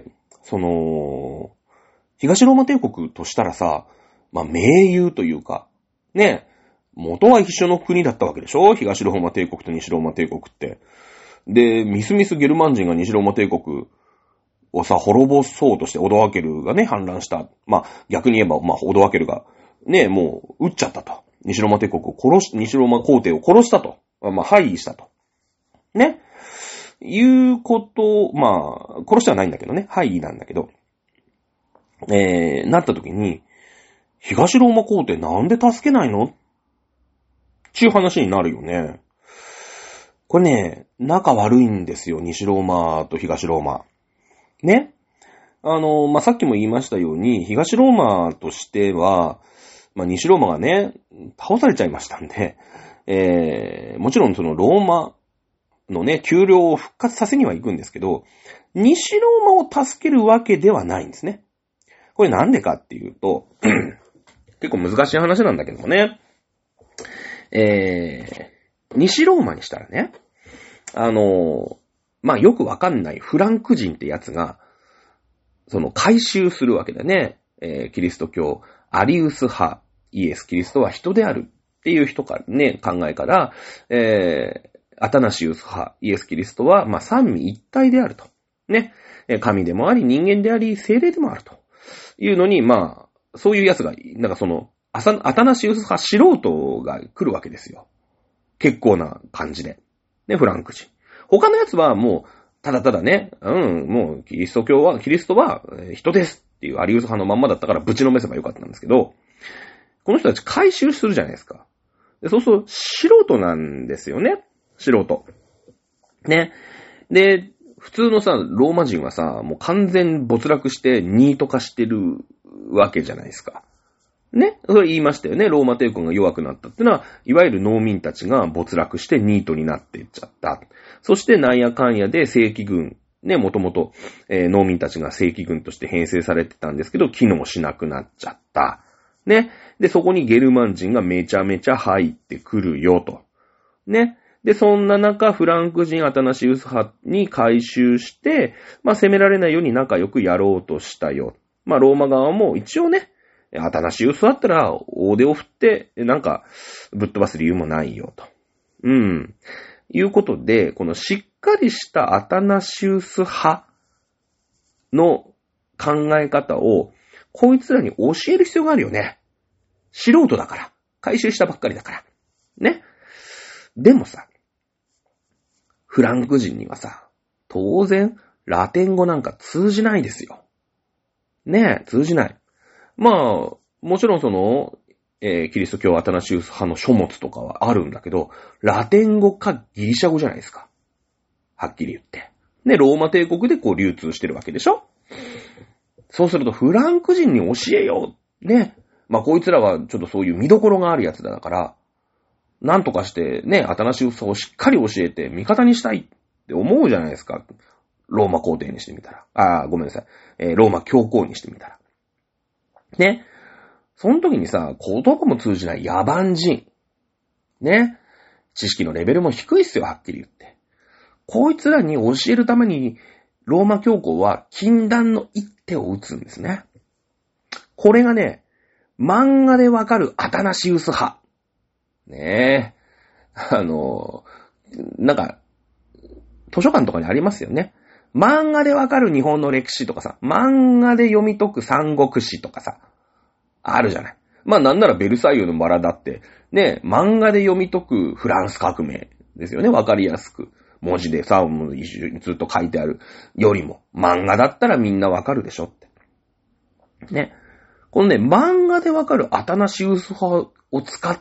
その、東ローマ帝国としたらさ、まあ、盟友というか、ね、元は一緒の国だったわけでしょ？東ローマ帝国と西ローマ帝国って。で、ミスミスゲルマン人が西ローマ帝国をさ、滅ぼそうとして、オドアケルがね、反乱した。まあ、逆に言えば、まあ、オドアケルが、ね、もう、撃っちゃったと。西ローマ帝国を殺し、西ローマ皇帝を殺したと。まあ、廃位したと。ね。いうことを、まあ、殺してはないんだけどね。廃位なんだけど。えー、なった時に、東ローマ皇帝なんで助けないのっていう話になるよね。これね、仲悪いんですよ。西ローマと東ローマ。ね。あの、まあ、さっきも言いましたように、東ローマとしては、まあ、西ローマがね、倒されちゃいましたんで、えー、もちろんそのローマのね、丘陵を復活させには行くんですけど、西ローマを助けるわけではないんですね。これなんでかっていうと、結構難しい話なんだけどもね。えー、西ローマにしたらね、あの、まあ、よくわかんないフランク人ってやつが、その改宗するわけだね。えー、キリスト教、アリウス派、イエス・キリストは人であるっていう人からね、考えから、えー、アタナシウス派、イエス・キリストは、まあ、三位一体であると。ね。神でもあり、人間であり、聖霊でもあるというのに、まあ、そういうやつが、なんかその、アタナシウス派素人が来るわけですよ。結構な感じで。ね、フランク人。他のやつはもう、ただただね、うん、もう、キリスト教は、キリストは人ですっていうアリウス派のまんまだったからぶちのめせばよかったんですけど、この人たち回収するじゃないですか。でそうすると、素人なんですよね。素人。ね。で、普通のさ、ローマ人はさ、もう完全没落してニート化してるわけじゃないですか。ね。それ言いましたよね。ローマ帝国が弱くなったってのは、いわゆる農民たちが没落してニートになっていっちゃった。そしてなんやかんやで正規軍、ね、もともと、えー、農民たちが正規軍として編成されてたんですけど、機能しなくなっちゃった。ね。で、そこにゲルマン人がめちゃめちゃ入ってくるよと。ね。で、そんな中、フランク人アタナシウス派に改宗して、まあ、攻められないように仲良くやろうとしたよ。 まあローマ側も一応ね、アタナシウスだったら大手を振って、なんかぶっ飛ばす理由もないよと。うん。いうことで、このしっかりしたアタナシウス派の考え方を、こいつらに教える必要があるよね。素人だから。回収したばっかりだから。ね。でもさ、フランク人にはさ、当然、ラテン語なんか通じないですよ。ねえ、通じない。まあ、もちろんその、えー、キリスト教アタナシウス派の書物とかはあるんだけど、ラテン語かギリシャ語じゃないですか。はっきり言って。ね、ローマ帝国でこう流通してるわけでしょ？そうするとフランク人に教えよう。ね。まあこいつらはちょっとそういう見どころがあるやつだから、なんとかしてね、アタナシウスをしっかり教えて味方にしたいって思うじゃないですか。ローマ皇帝にしてみたら。ああ、ごめんなさい。えー、ローマ教皇にしてみたら。ね。その時にさ、言葉も通じない野蛮人。ね。知識のレベルも低いっすよ、はっきり言って。こいつらに教えるために、ローマ教皇は禁断の一手を打つんですね。これがね、漫画でわかるアタナシウス派。ねえ。あの、なんか、図書館とかにありますよね。漫画でわかる日本の歴史とかさ、漫画で読み解く三国史とかさ、あるじゃない。まあなんならベルサイユのバラだって、ね、漫画で読み解くフランス革命ですよね、わかりやすく。文字でさ、もう一緒にずっと書いてあるよりも、漫画だったらみんなわかるでしょって。ね。このね、漫画でわかるアタナシウス派を使って、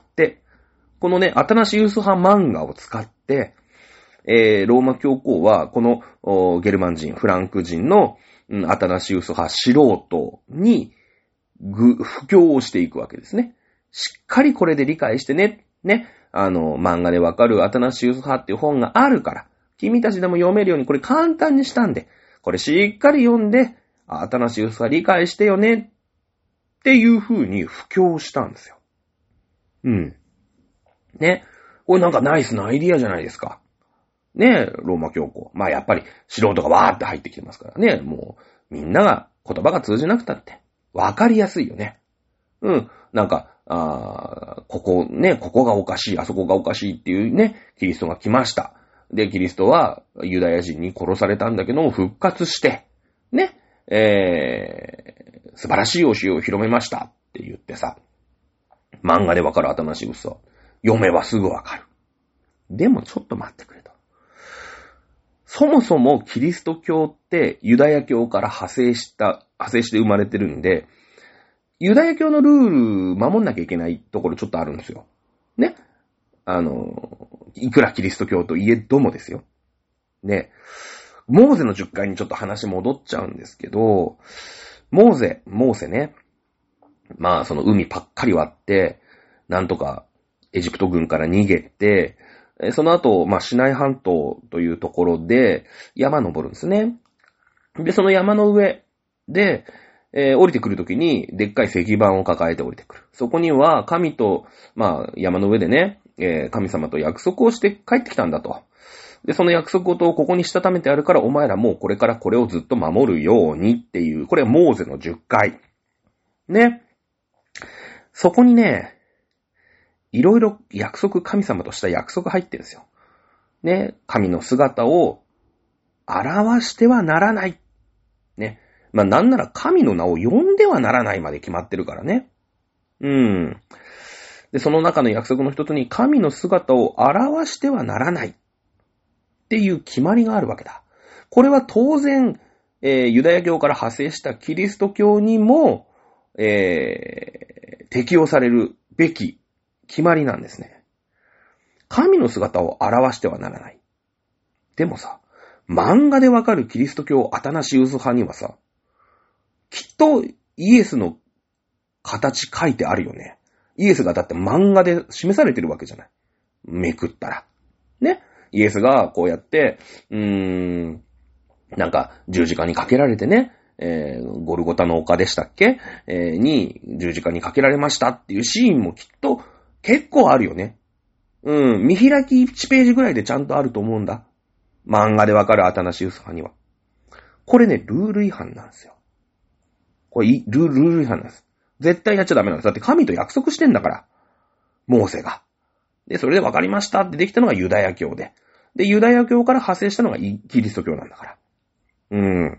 このね、アタナシウス派漫画を使って、えー、ローマ教皇は、このゲルマン人、フランク人の、うん、アタナシウス派素人に、ぐ、布教をしていくわけですね。しっかりこれで理解してね、ね、あの、漫画でわかるアタナシウス派っていう本があるから、君たちでも読めるようにこれ簡単にしたんで、これしっかり読んで、アタナシウス派理解してよね、っていう風に布教したんですよ。うん。ね。これなんかナイスなアイディアじゃないですか。ねえ、ローマ教皇。まあやっぱり素人がわーって入ってきてますからね。もうみんなが言葉が通じなくたってわかりやすいよね。うん。なんか、あここね、ここがおかしい、あそこがおかしいっていうね、キリストが来ました。で、キリストはユダヤ人に殺されたんだけども復活して、ね、えー、素晴らしい教えを広めましたって言ってさ、漫画でわかるアタナシウスを読めばすぐわかる。でもちょっと待ってくれと。そもそもキリスト教ってユダヤ教から派生した、派生して生まれてるんで、ユダヤ教のルール守んなきゃいけないところちょっとあるんですよ。ね。あの、いくらキリスト教といえどもですよ。ね。モーゼのじゅっかいにちょっと話戻っちゃうんですけど、モーゼ、モーセね。まあその海パッカリ割って、なんとかエジプト軍から逃げて、その後、まあ、シナイ半島というところで山登るんですね。で、その山の上で、えー、降りてくるときに、でっかい石板を抱えて降りてくる。そこには、神と、まあ、山の上でね、えー、神様と約束をして帰ってきたんだと。で、その約束事をここにしたためてあるから、お前らもうこれからこれをずっと守るようにっていう、これはモーゼのじゅっかい。ね。そこにね、いろいろ約束、神様とした約束入ってるんですよ。ね、神の姿を表してはならない。ね。まあなんなら神の名を呼んではならないまで決まってるからね。うん。で、その中の約束の一つに神の姿を表してはならないっていう決まりがあるわけだ。これは当然、えー、ユダヤ教から派生したキリスト教にも、えー、適用されるべき決まりなんですね。神の姿を表してはならない。でもさ、漫画でわかるキリスト教アタナシウス派にはさ、きっとイエスの形書いてあるよね。イエスがだって漫画で示されてるわけじゃない。めくったら。ね。イエスがこうやって、うーん、なんか十字架にかけられてね、えー、ゴルゴタの丘でしたっけ、えー、に十字架にかけられましたっていうシーンもきっと結構あるよね。うん、見開きいちページぐらいでちゃんとあると思うんだ。漫画でわかるアタナシウス派には。これね、ルール違反なんですよ。 これ、ルール、ルール違反なんです。絶対やっちゃダメなんです。だって神と約束してんだから。モーセが。で、それで分かりましたってできたのがユダヤ教で。で、ユダヤ教から派生したのがキリスト教なんだから。うん。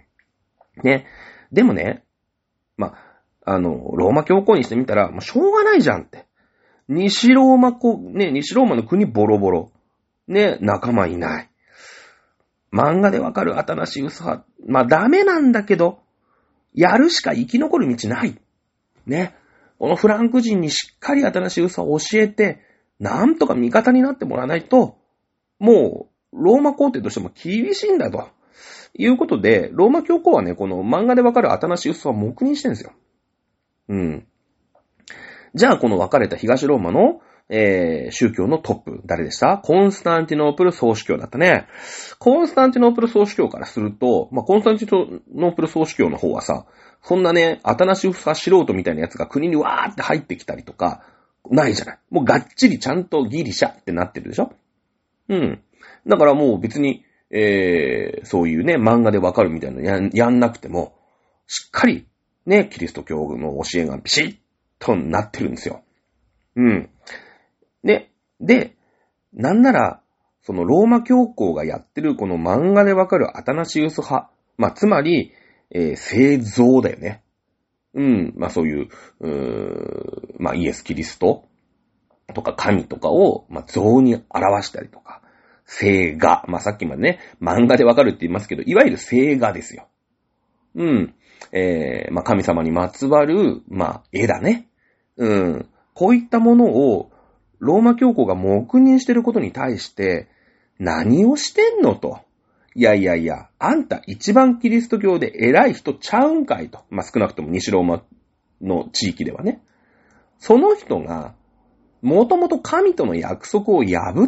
ね。でもね、まあ、あの、ローマ教皇にしてみたら、もうしょうがないじゃんって。西ローマこ、ね、西ローマの国ボロボロ。ね、仲間いない。漫画でわかるアタナシウス派。まあ、ダメなんだけど、やるしか生き残る道ない。ね。このフランク人にしっかりアタナシウスを教えて、なんとか味方になってもらわないと、もう、ローマ皇帝としても厳しいんだと。いうことで、ローマ教皇はね、この漫画でわかるアタナシウスは黙認してるんですよ。うん。じゃあ、この分かれた東ローマの、えー、宗教のトップ、誰でした？コンスタンティノープル総主教だったね。コンスタンティノープル総主教からすると、まあ、コンスタンティノープル総主教の方はさ、そんなね、アタナシウス派素人みたいなやつが国にわーって入ってきたりとか、ないじゃない。もうがっちりちゃんとギリシャってなってるでしょ？うん。だからもう別に、えー、そういうね、漫画でわかるみたいなのやん、やんなくても、しっかり、ね、キリスト教の教えがビシッとなってるんですよ。うん。で、で、なんなら、そのローマ教皇がやってるこの漫画でわかるアタナシウス派。まあ、つまり、えー、聖像だよね。うん。まあ、そういう、うーまあ、イエス・キリストとか神とかを、まあ、像に表したりとか、聖画。まあ、さっきまでね、漫画でわかるって言いますけど、いわゆる聖画ですよ。うん。えー、まあ、神様にまつわる、まあ、絵だね。うん。こういったものを、ローマ教皇が黙認してることに対して、何をしてんのと。いやいやいや、あんた一番キリスト教で偉い人ちゃうんかいと。まあ、少なくとも西ローマの地域ではね。その人が、もともと神との約束を破って、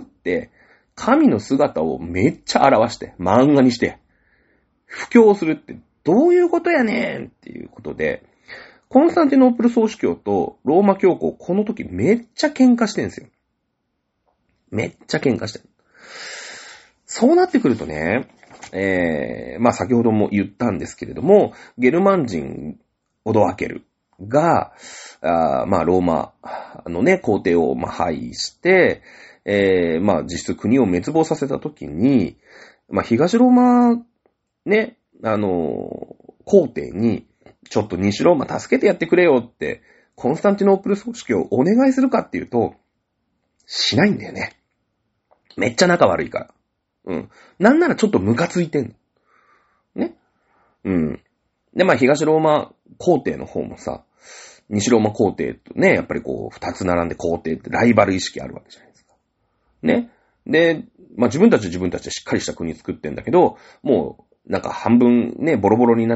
神の姿をめっちゃ表して、漫画にして、布教するってどういうことやねんっていうことで、コンスタンティノープル総主教とローマ教皇、この時めっちゃ喧嘩してるんですよ。めっちゃ喧嘩してる。そうなってくるとね、えー、まあ先ほども言ったんですけれども、ゲルマン人オドアケルが、あまあローマのね、皇帝をまあ廃して、えー、まあ実質国を滅亡させた時に、まあ東ローマね、あの、皇帝に、ちょっと西ローマ助けてやってくれよって、コンスタンティノープル総主教をお願いするかっていうと、しないんだよね。めっちゃ仲悪いから。うん。なんならちょっとムカついてんの。ね。うん。で、まあ東ローマ皇帝の方もさ、西ローマ皇帝とね、やっぱりこう、二つ並んで皇帝ってライバル意識あるわけじゃないですか。ね。で、まあ自分たち自分たちでしっかりした国作ってんだけど、もう、なんか半分ね、ボロボロになって、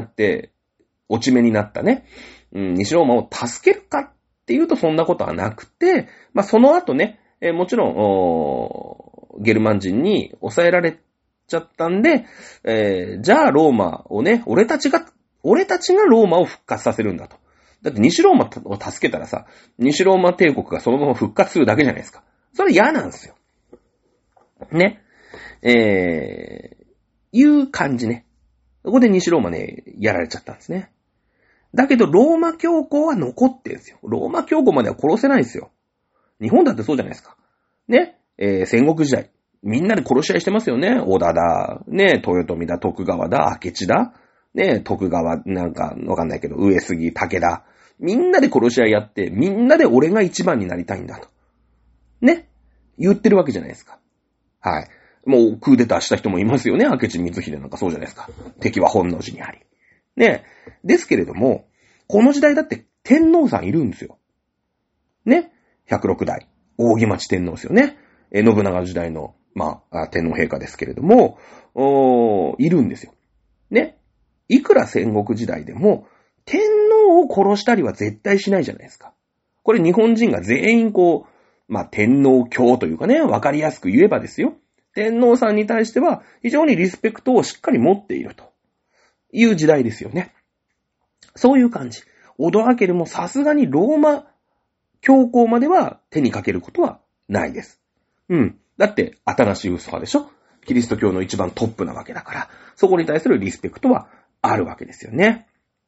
落ち目になったね、うん、西ローマを助けるかっていうとそんなことはなくて、まあその後ね、えー、もちろん、ゲルマン人に抑えられちゃったんで、えー、じゃあローマをね、俺たちが、俺たちがローマを復活させるんだと。だって西ローマを助けたらさ、西ローマ帝国がそのまま復活するだけじゃないですか。それ嫌なんですよ。ね。えー、いう感じね。そこで西ローマね、やられちゃったんですね。だけど、ローマ教皇は残ってるんですよ。ローマ教皇までは殺せないんですよ。日本だってそうじゃないですか。ね。えー、戦国時代。みんなで殺し合いしてますよね。織田だ。ね。豊臣だ。徳川だ。明智だ。ね。徳川、なんか、わかんないけど、上杉、武田。みんなで殺し合いやって、みんなで俺が一番になりたいんだと。ね。言ってるわけじゃないですか。はい。もう、クーデターした人もいますよね。明智光秀なんかそうじゃないですか。敵は本能寺にあり。ね。ですけれども、この時代だって天皇さんいるんですよ。ね。ひゃくろくだい。扇町天皇ですよね。え、信長時代の、まあ、天皇陛下ですけれども、おー、いるんですよ。ね。いくら戦国時代でも、天皇を殺したりは絶対しないじゃないですか。これ日本人が全員こう、まあ、天皇教というかね、わかりやすく言えばですよ。天皇さんに対しては非常にリスペクトをしっかり持っているという時代ですよね。そういう感じ。オドアケルもさすがにローマ教皇までは手にかけることはないです。うん。だって、アタナシウス派でしょ？キリスト教の一番トップなわけだから、そこに対するリスペクトはあるわけですよね。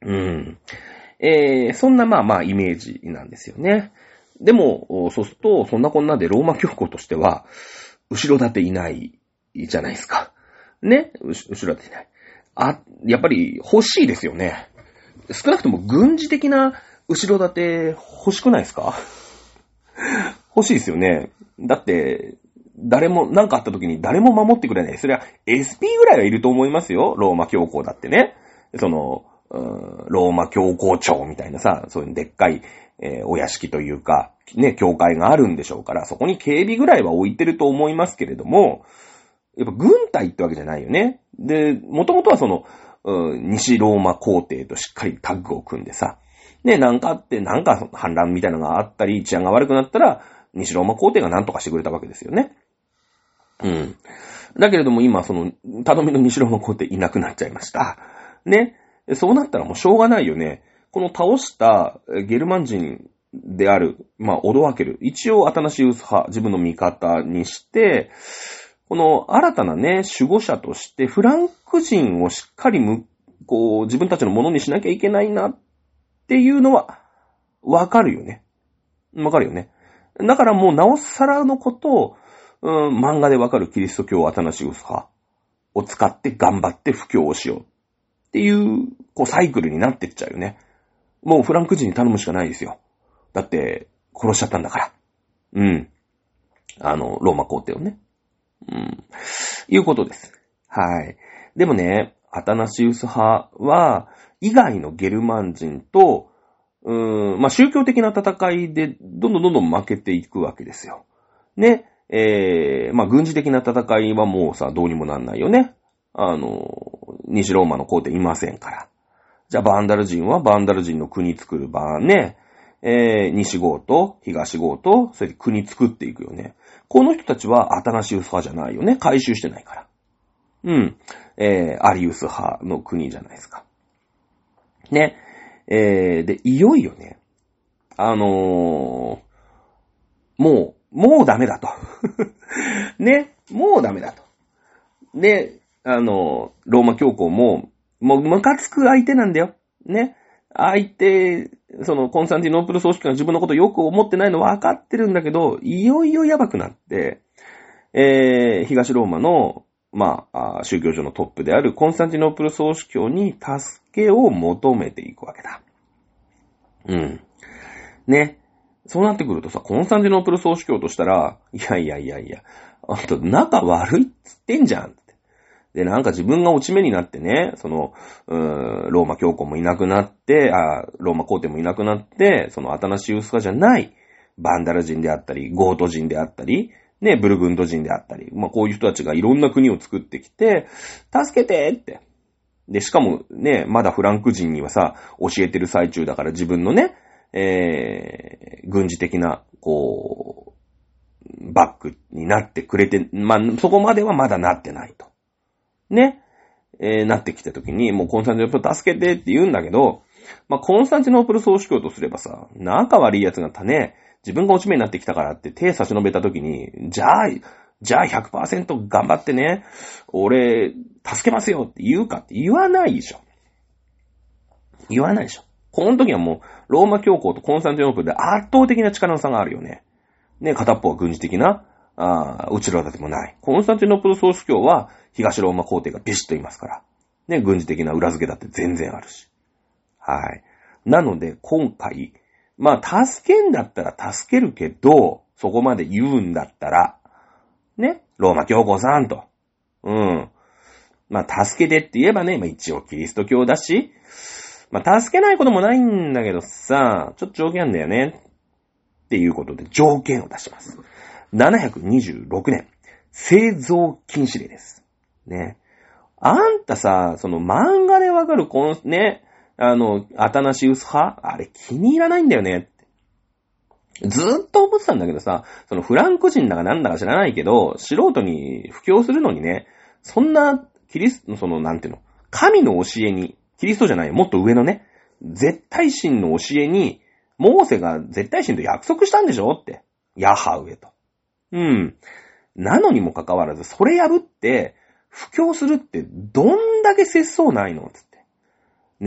うん。えー、そんなまあまあイメージなんですよね。でも、そうすると、そんなこんなでローマ教皇としては、後ろ盾いないじゃないですか。ね、後ろ盾いない。あ、やっぱり欲しいですよね。少なくとも軍事的な後ろ盾欲しくないですか？欲しいですよね。だって、誰も、なんかあった時に誰も守ってくれない。それは エスピー ぐらいはいると思いますよ。ローマ教皇だってね。その、うーん、ローマ教皇庁みたいなさ、そういうでっかい、えー、お屋敷というか、ね、教会があるんでしょうから、そこに警備ぐらいは置いてると思いますけれども、やっぱ軍隊ってわけじゃないよね。で、もともとはその、うん、西ローマ皇帝としっかりタッグを組んでさ、ね、なんかあって、なんか反乱みたいなのがあったり、治安が悪くなったら、西ローマ皇帝が何とかしてくれたわけですよね。うん。だけれども今、その、頼みの西ローマ皇帝いなくなっちゃいました。ね。そうなったらもうしょうがないよね。この倒したゲルマン人である、まあ、オドワケル。一応、アタナシウス派、自分の味方にして、この新たなね、守護者として、フランク人をしっかりむ、こう、自分たちのものにしなきゃいけないなっていうのは、わかるよね。わかるよね。だからもう、なおさらのことを、うん、漫画でわかるキリスト教アタナシウス派を使って頑張って布教をしようっていう、こう、サイクルになってっちゃうよね。もうフランク人に頼むしかないですよ。だって、殺しちゃったんだから。うん。あの、ローマ皇帝をね。うん。いうことです。はい。でもね、アタナシウス派は、以外のゲルマン人と、うーん、まあ、宗教的な戦いで、どんどんどんどん負けていくわけですよ。ね。えー、まあ、軍事的な戦いはもうさ、どうにもなんないよね。あの、西ローマの皇帝いませんから。じゃあ、バンダル人はバンダル人の国作る場ね。えー、西郷と東郷と、それで国作っていくよね。この人たちはアタナシウス派じゃないよね。回収してないから。うん。えー、アリウス派の国じゃないですか。ね。えー、で、いよいよね、あのー、もう、もうダメだと。ね。もうダメだと。で、あのー、ローマ教皇も、もうムカつく相手なんだよ。ね。相手、そのコンスタンティノープル総主教が自分のことをよく思ってないの分かってるんだけど、いよいよやばくなって、えー、東ローマの、まあ、宗教上のトップであるコンスタンティノープル総主教に助けを求めていくわけだ。うん。ね。そうなってくるとさ、コンスタンティノープル総主教としたら、いやいやいやいや、あんた仲悪いっつってんじゃん。で、なんか自分が落ち目になってね、その、うーん、ローマ教皇もいなくなって、あローマ皇帝もいなくなって、そのアタナシウス派じゃない、バンダル人であったり、ゴート人であったり、ね、ブルグンド人であったり、まあこういう人たちがいろんな国を作ってきて、助けてって。で、しかもね、まだフランク人にはさ、教えてる最中だから自分のね、えー、軍事的な、こう、バックになってくれて、まあ、そこまではまだなってないと。ね、えー、なってきたときに、もうコンスタンティノープル助けてって言うんだけど、まあ、コンスタンティノープル総主教とすればさ、仲悪い奴がたね、自分が落ち目になってきたからって手差し伸べたときに、じゃあ、じゃあ ひゃくパーセント 頑張ってね、俺、助けますよって言うかって言わないでしょ。言わないでしょ。この時はもう、ローマ教皇とコンスタンティノープルで圧倒的な力の差があるよね。ね、片っぽは軍事的な、ああ、うちらだってもない。コンスタンティノープル総主教は、東ローマ皇帝がビシッといますから。ね、軍事的な裏付けだって全然あるし。はい。なので、今回、まあ、助けんだったら助けるけど、そこまで言うんだったら、ね、ローマ教皇さんと。うん。まあ、助けてって言えばね、まあ一応キリスト教だし、まあ、助けないこともないんだけどさ、ちょっと条件あんだよね。っていうことで条件を出します。ななひゃくにじゅうろくねん、製造禁止令です。ね。あんたさ、その漫画でわかるこのね、あの、アタナシウス派あれ気に入らないんだよね。ずーっと思ってたんだけどさ、そのフランク人だかなんだか知らないけど、素人に布教するのにね、そんなキリスト、そのなんていうの、神の教えに、キリストじゃないよ、もっと上のね、絶対神の教えに、モーセが絶対神と約束したんでしょって。ヤハウエと。うん。なのにもかかわらず、それ破って、布教するってどんだけ節操ないのつって。ね。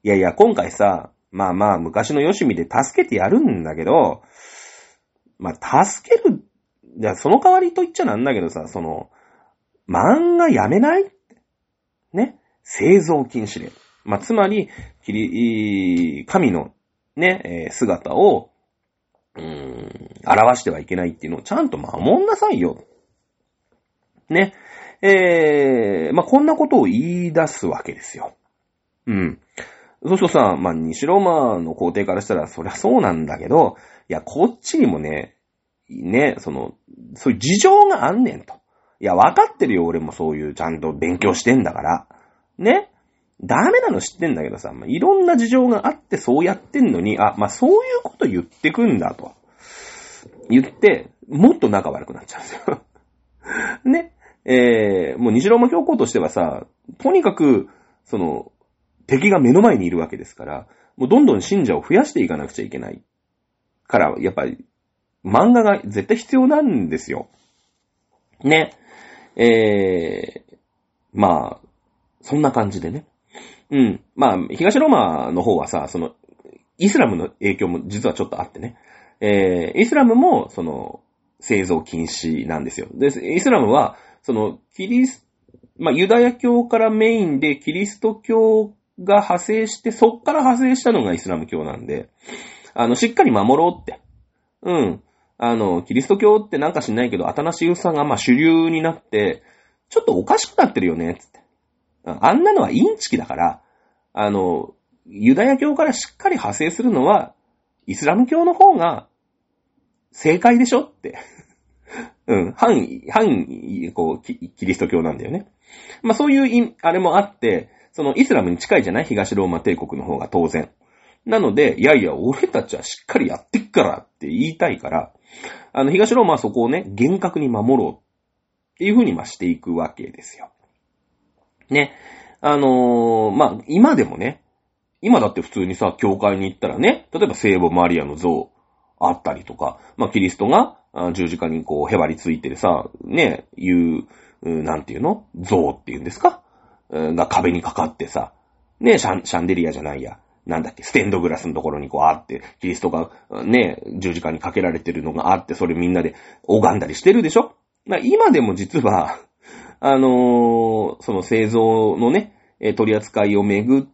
いやいや、今回さ、まあまあ、昔のよしみで助けてやるんだけど、まあ、助ける、じゃあその代わりと言っちゃなんだけどさ、その、漫画やめないね。製造禁止令。まあ、つまり、キリ、神のね、えー、姿を、うーん、表してはいけないっていうのをちゃんと守んなさいよ。ね。えー、まあ、こんなことを言い出すわけですよ。うん。そうするとさ、まあ、西ローマの皇帝からしたら、そりゃそうなんだけど、いや、こっちにもね、ね、その、そういう事情があんねんと。いや、わかってるよ、俺もそういうちゃんと勉強してんだから。ね。ダメなの知ってんだけどさ、まあ、いろんな事情があってそうやってんのに、あ、まあ、そういうこと言ってくんだと。言って、もっと仲悪くなっちゃうんですよ。ね。えー、もう西ローマ教皇としてはさ、とにかく、その、敵が目の前にいるわけですから、もうどんどん信者を増やしていかなくちゃいけない。から、やっぱり、漫画が絶対必要なんですよ。ね。えー、まあ、そんな感じでね。うん。まあ、東ローマの方はさ、その、イスラムの影響も実はちょっとあってね。えー、イスラムも、その、製造禁止なんですよ。で、イスラムは、その、キリス、まあ、ユダヤ教からメインでキリスト教が派生して、そっから派生したのがイスラム教なんで、あの、しっかり守ろうって。うん。あの、キリスト教ってなんか知んないけど、アタナシウスさんがまあ主流になって、ちょっとおかしくなってるよね、つって。あんなのはインチキだから、あの、ユダヤ教からしっかり派生するのは、イスラム教の方が正解でしょって。うん、反、反、こうキ、キリスト教なんだよね。まあそういうあれもあって、そのイスラムに近いじゃない東ローマ帝国の方が当然。なので、いやいや、俺たちはしっかりやってっからって言いたいから、あの、東ローマはそこをね、厳格に守ろうっていう風にまあしていくわけですよ。ね。あのー、まあ、今でもね、今だって普通にさ、教会に行ったらね、例えば聖母マリアの像あったりとか、まあ、キリストが十字架にこう、へばりついてるさ、ね、いう、なんていうの像っていうんですかが壁にかかってさ、ね、シャン、シャンデリアじゃないや。なんだっけ、ステンドグラスのところにこうあって、キリストがね、十字架にかけられてるのがあって、それみんなで拝んだりしてるでしょ？今でも実は、あのー、その製造のね、取り扱いをめぐって、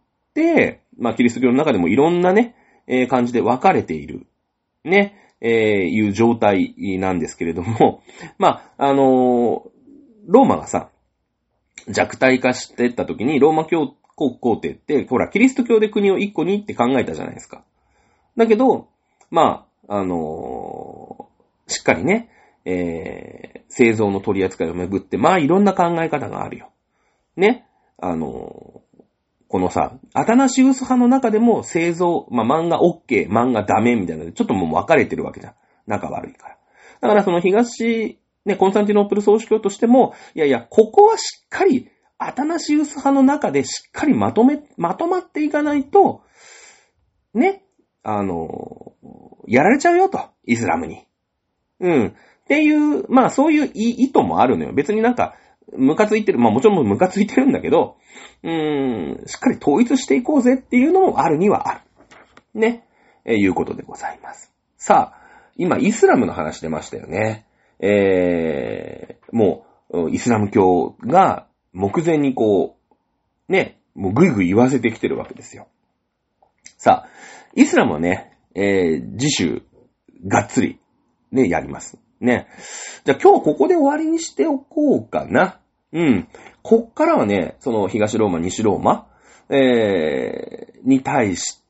まあ、キリスト教の中でもいろんなね、えー、感じで分かれている、ね、えー、いう状態なんですけれども、まあ、あのー、ローマがさ、弱体化してった時に、ローマ教皇帝って、ほら、キリスト教で国を一個にって考えたじゃないですか。だけど、まあ、あのー、しっかりね、えー、製造の取り扱いをめぐって、まあいろんな考え方があるよ。ね。あのー、このさ、アタナシウス派の中でも製造、まあ漫画 OK、漫画ダメみたいなので、ちょっともう分かれてるわけじゃん。仲悪いから。だからその東、ね、コンスタンティノープル総主教としても、いやいや、ここはしっかり、アタナシウス派の中でしっかりまとめ、まとまっていかないと、ね、あのー、やられちゃうよと、イスラムに。うん。っていう、まあそういう意図もあるのよ。別になんか、ムカついてる、まあもちろんムカついてるんだけど、うーん、しっかり統一していこうぜっていうのもあるにはある。ね。えー、いうことでございます。さあ、今イスラムの話出ましたよね。えー、もう、イスラム教が目前にこう、ね、もうぐいぐい言わせてきてるわけですよ。さあ、イスラムはね、えー、次週、がっつり、ね、やります。ね。じゃあ今日ここで終わりにしておこうかな。うん。こっからはね、その東ローマ、西ローマ、えー、に対して、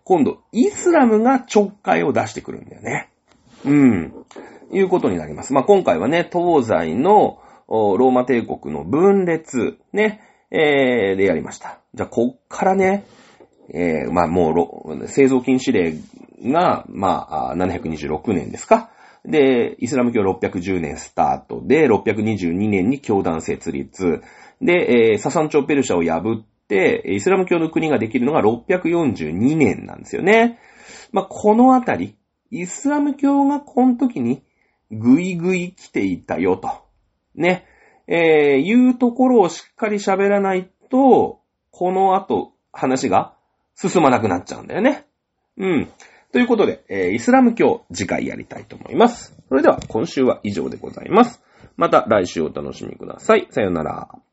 今度、イスラムがちょっかいを出してくるんだよね。うん。いうことになります。まあ、今回はね、東西のローマ帝国の分裂、ね、えー、でやりました。じゃあ、こっからね、えー、まあ、もう、製造禁止令が、まあ、ななひゃくにじゅうろくねんですか。で、イスラム教ろっぴゃくじゅうねんスタートで、ろっぴゃくにじゅうにねんに教団設立。で、えー、ササン朝ペルシャを破って、イスラム教の国ができるのがろっぴゃくよんじゅうにねんなんですよね。まあ、このあたり、イスラム教がこの時にぐいぐい来ていたよと。ね。えー、いうところをしっかり喋らないと、この後話が進まなくなっちゃうんだよね。うん。ということで、えー、イスラム教次回やりたいと思います。それでは今週は以上でございます。また来週お楽しみください。さよなら。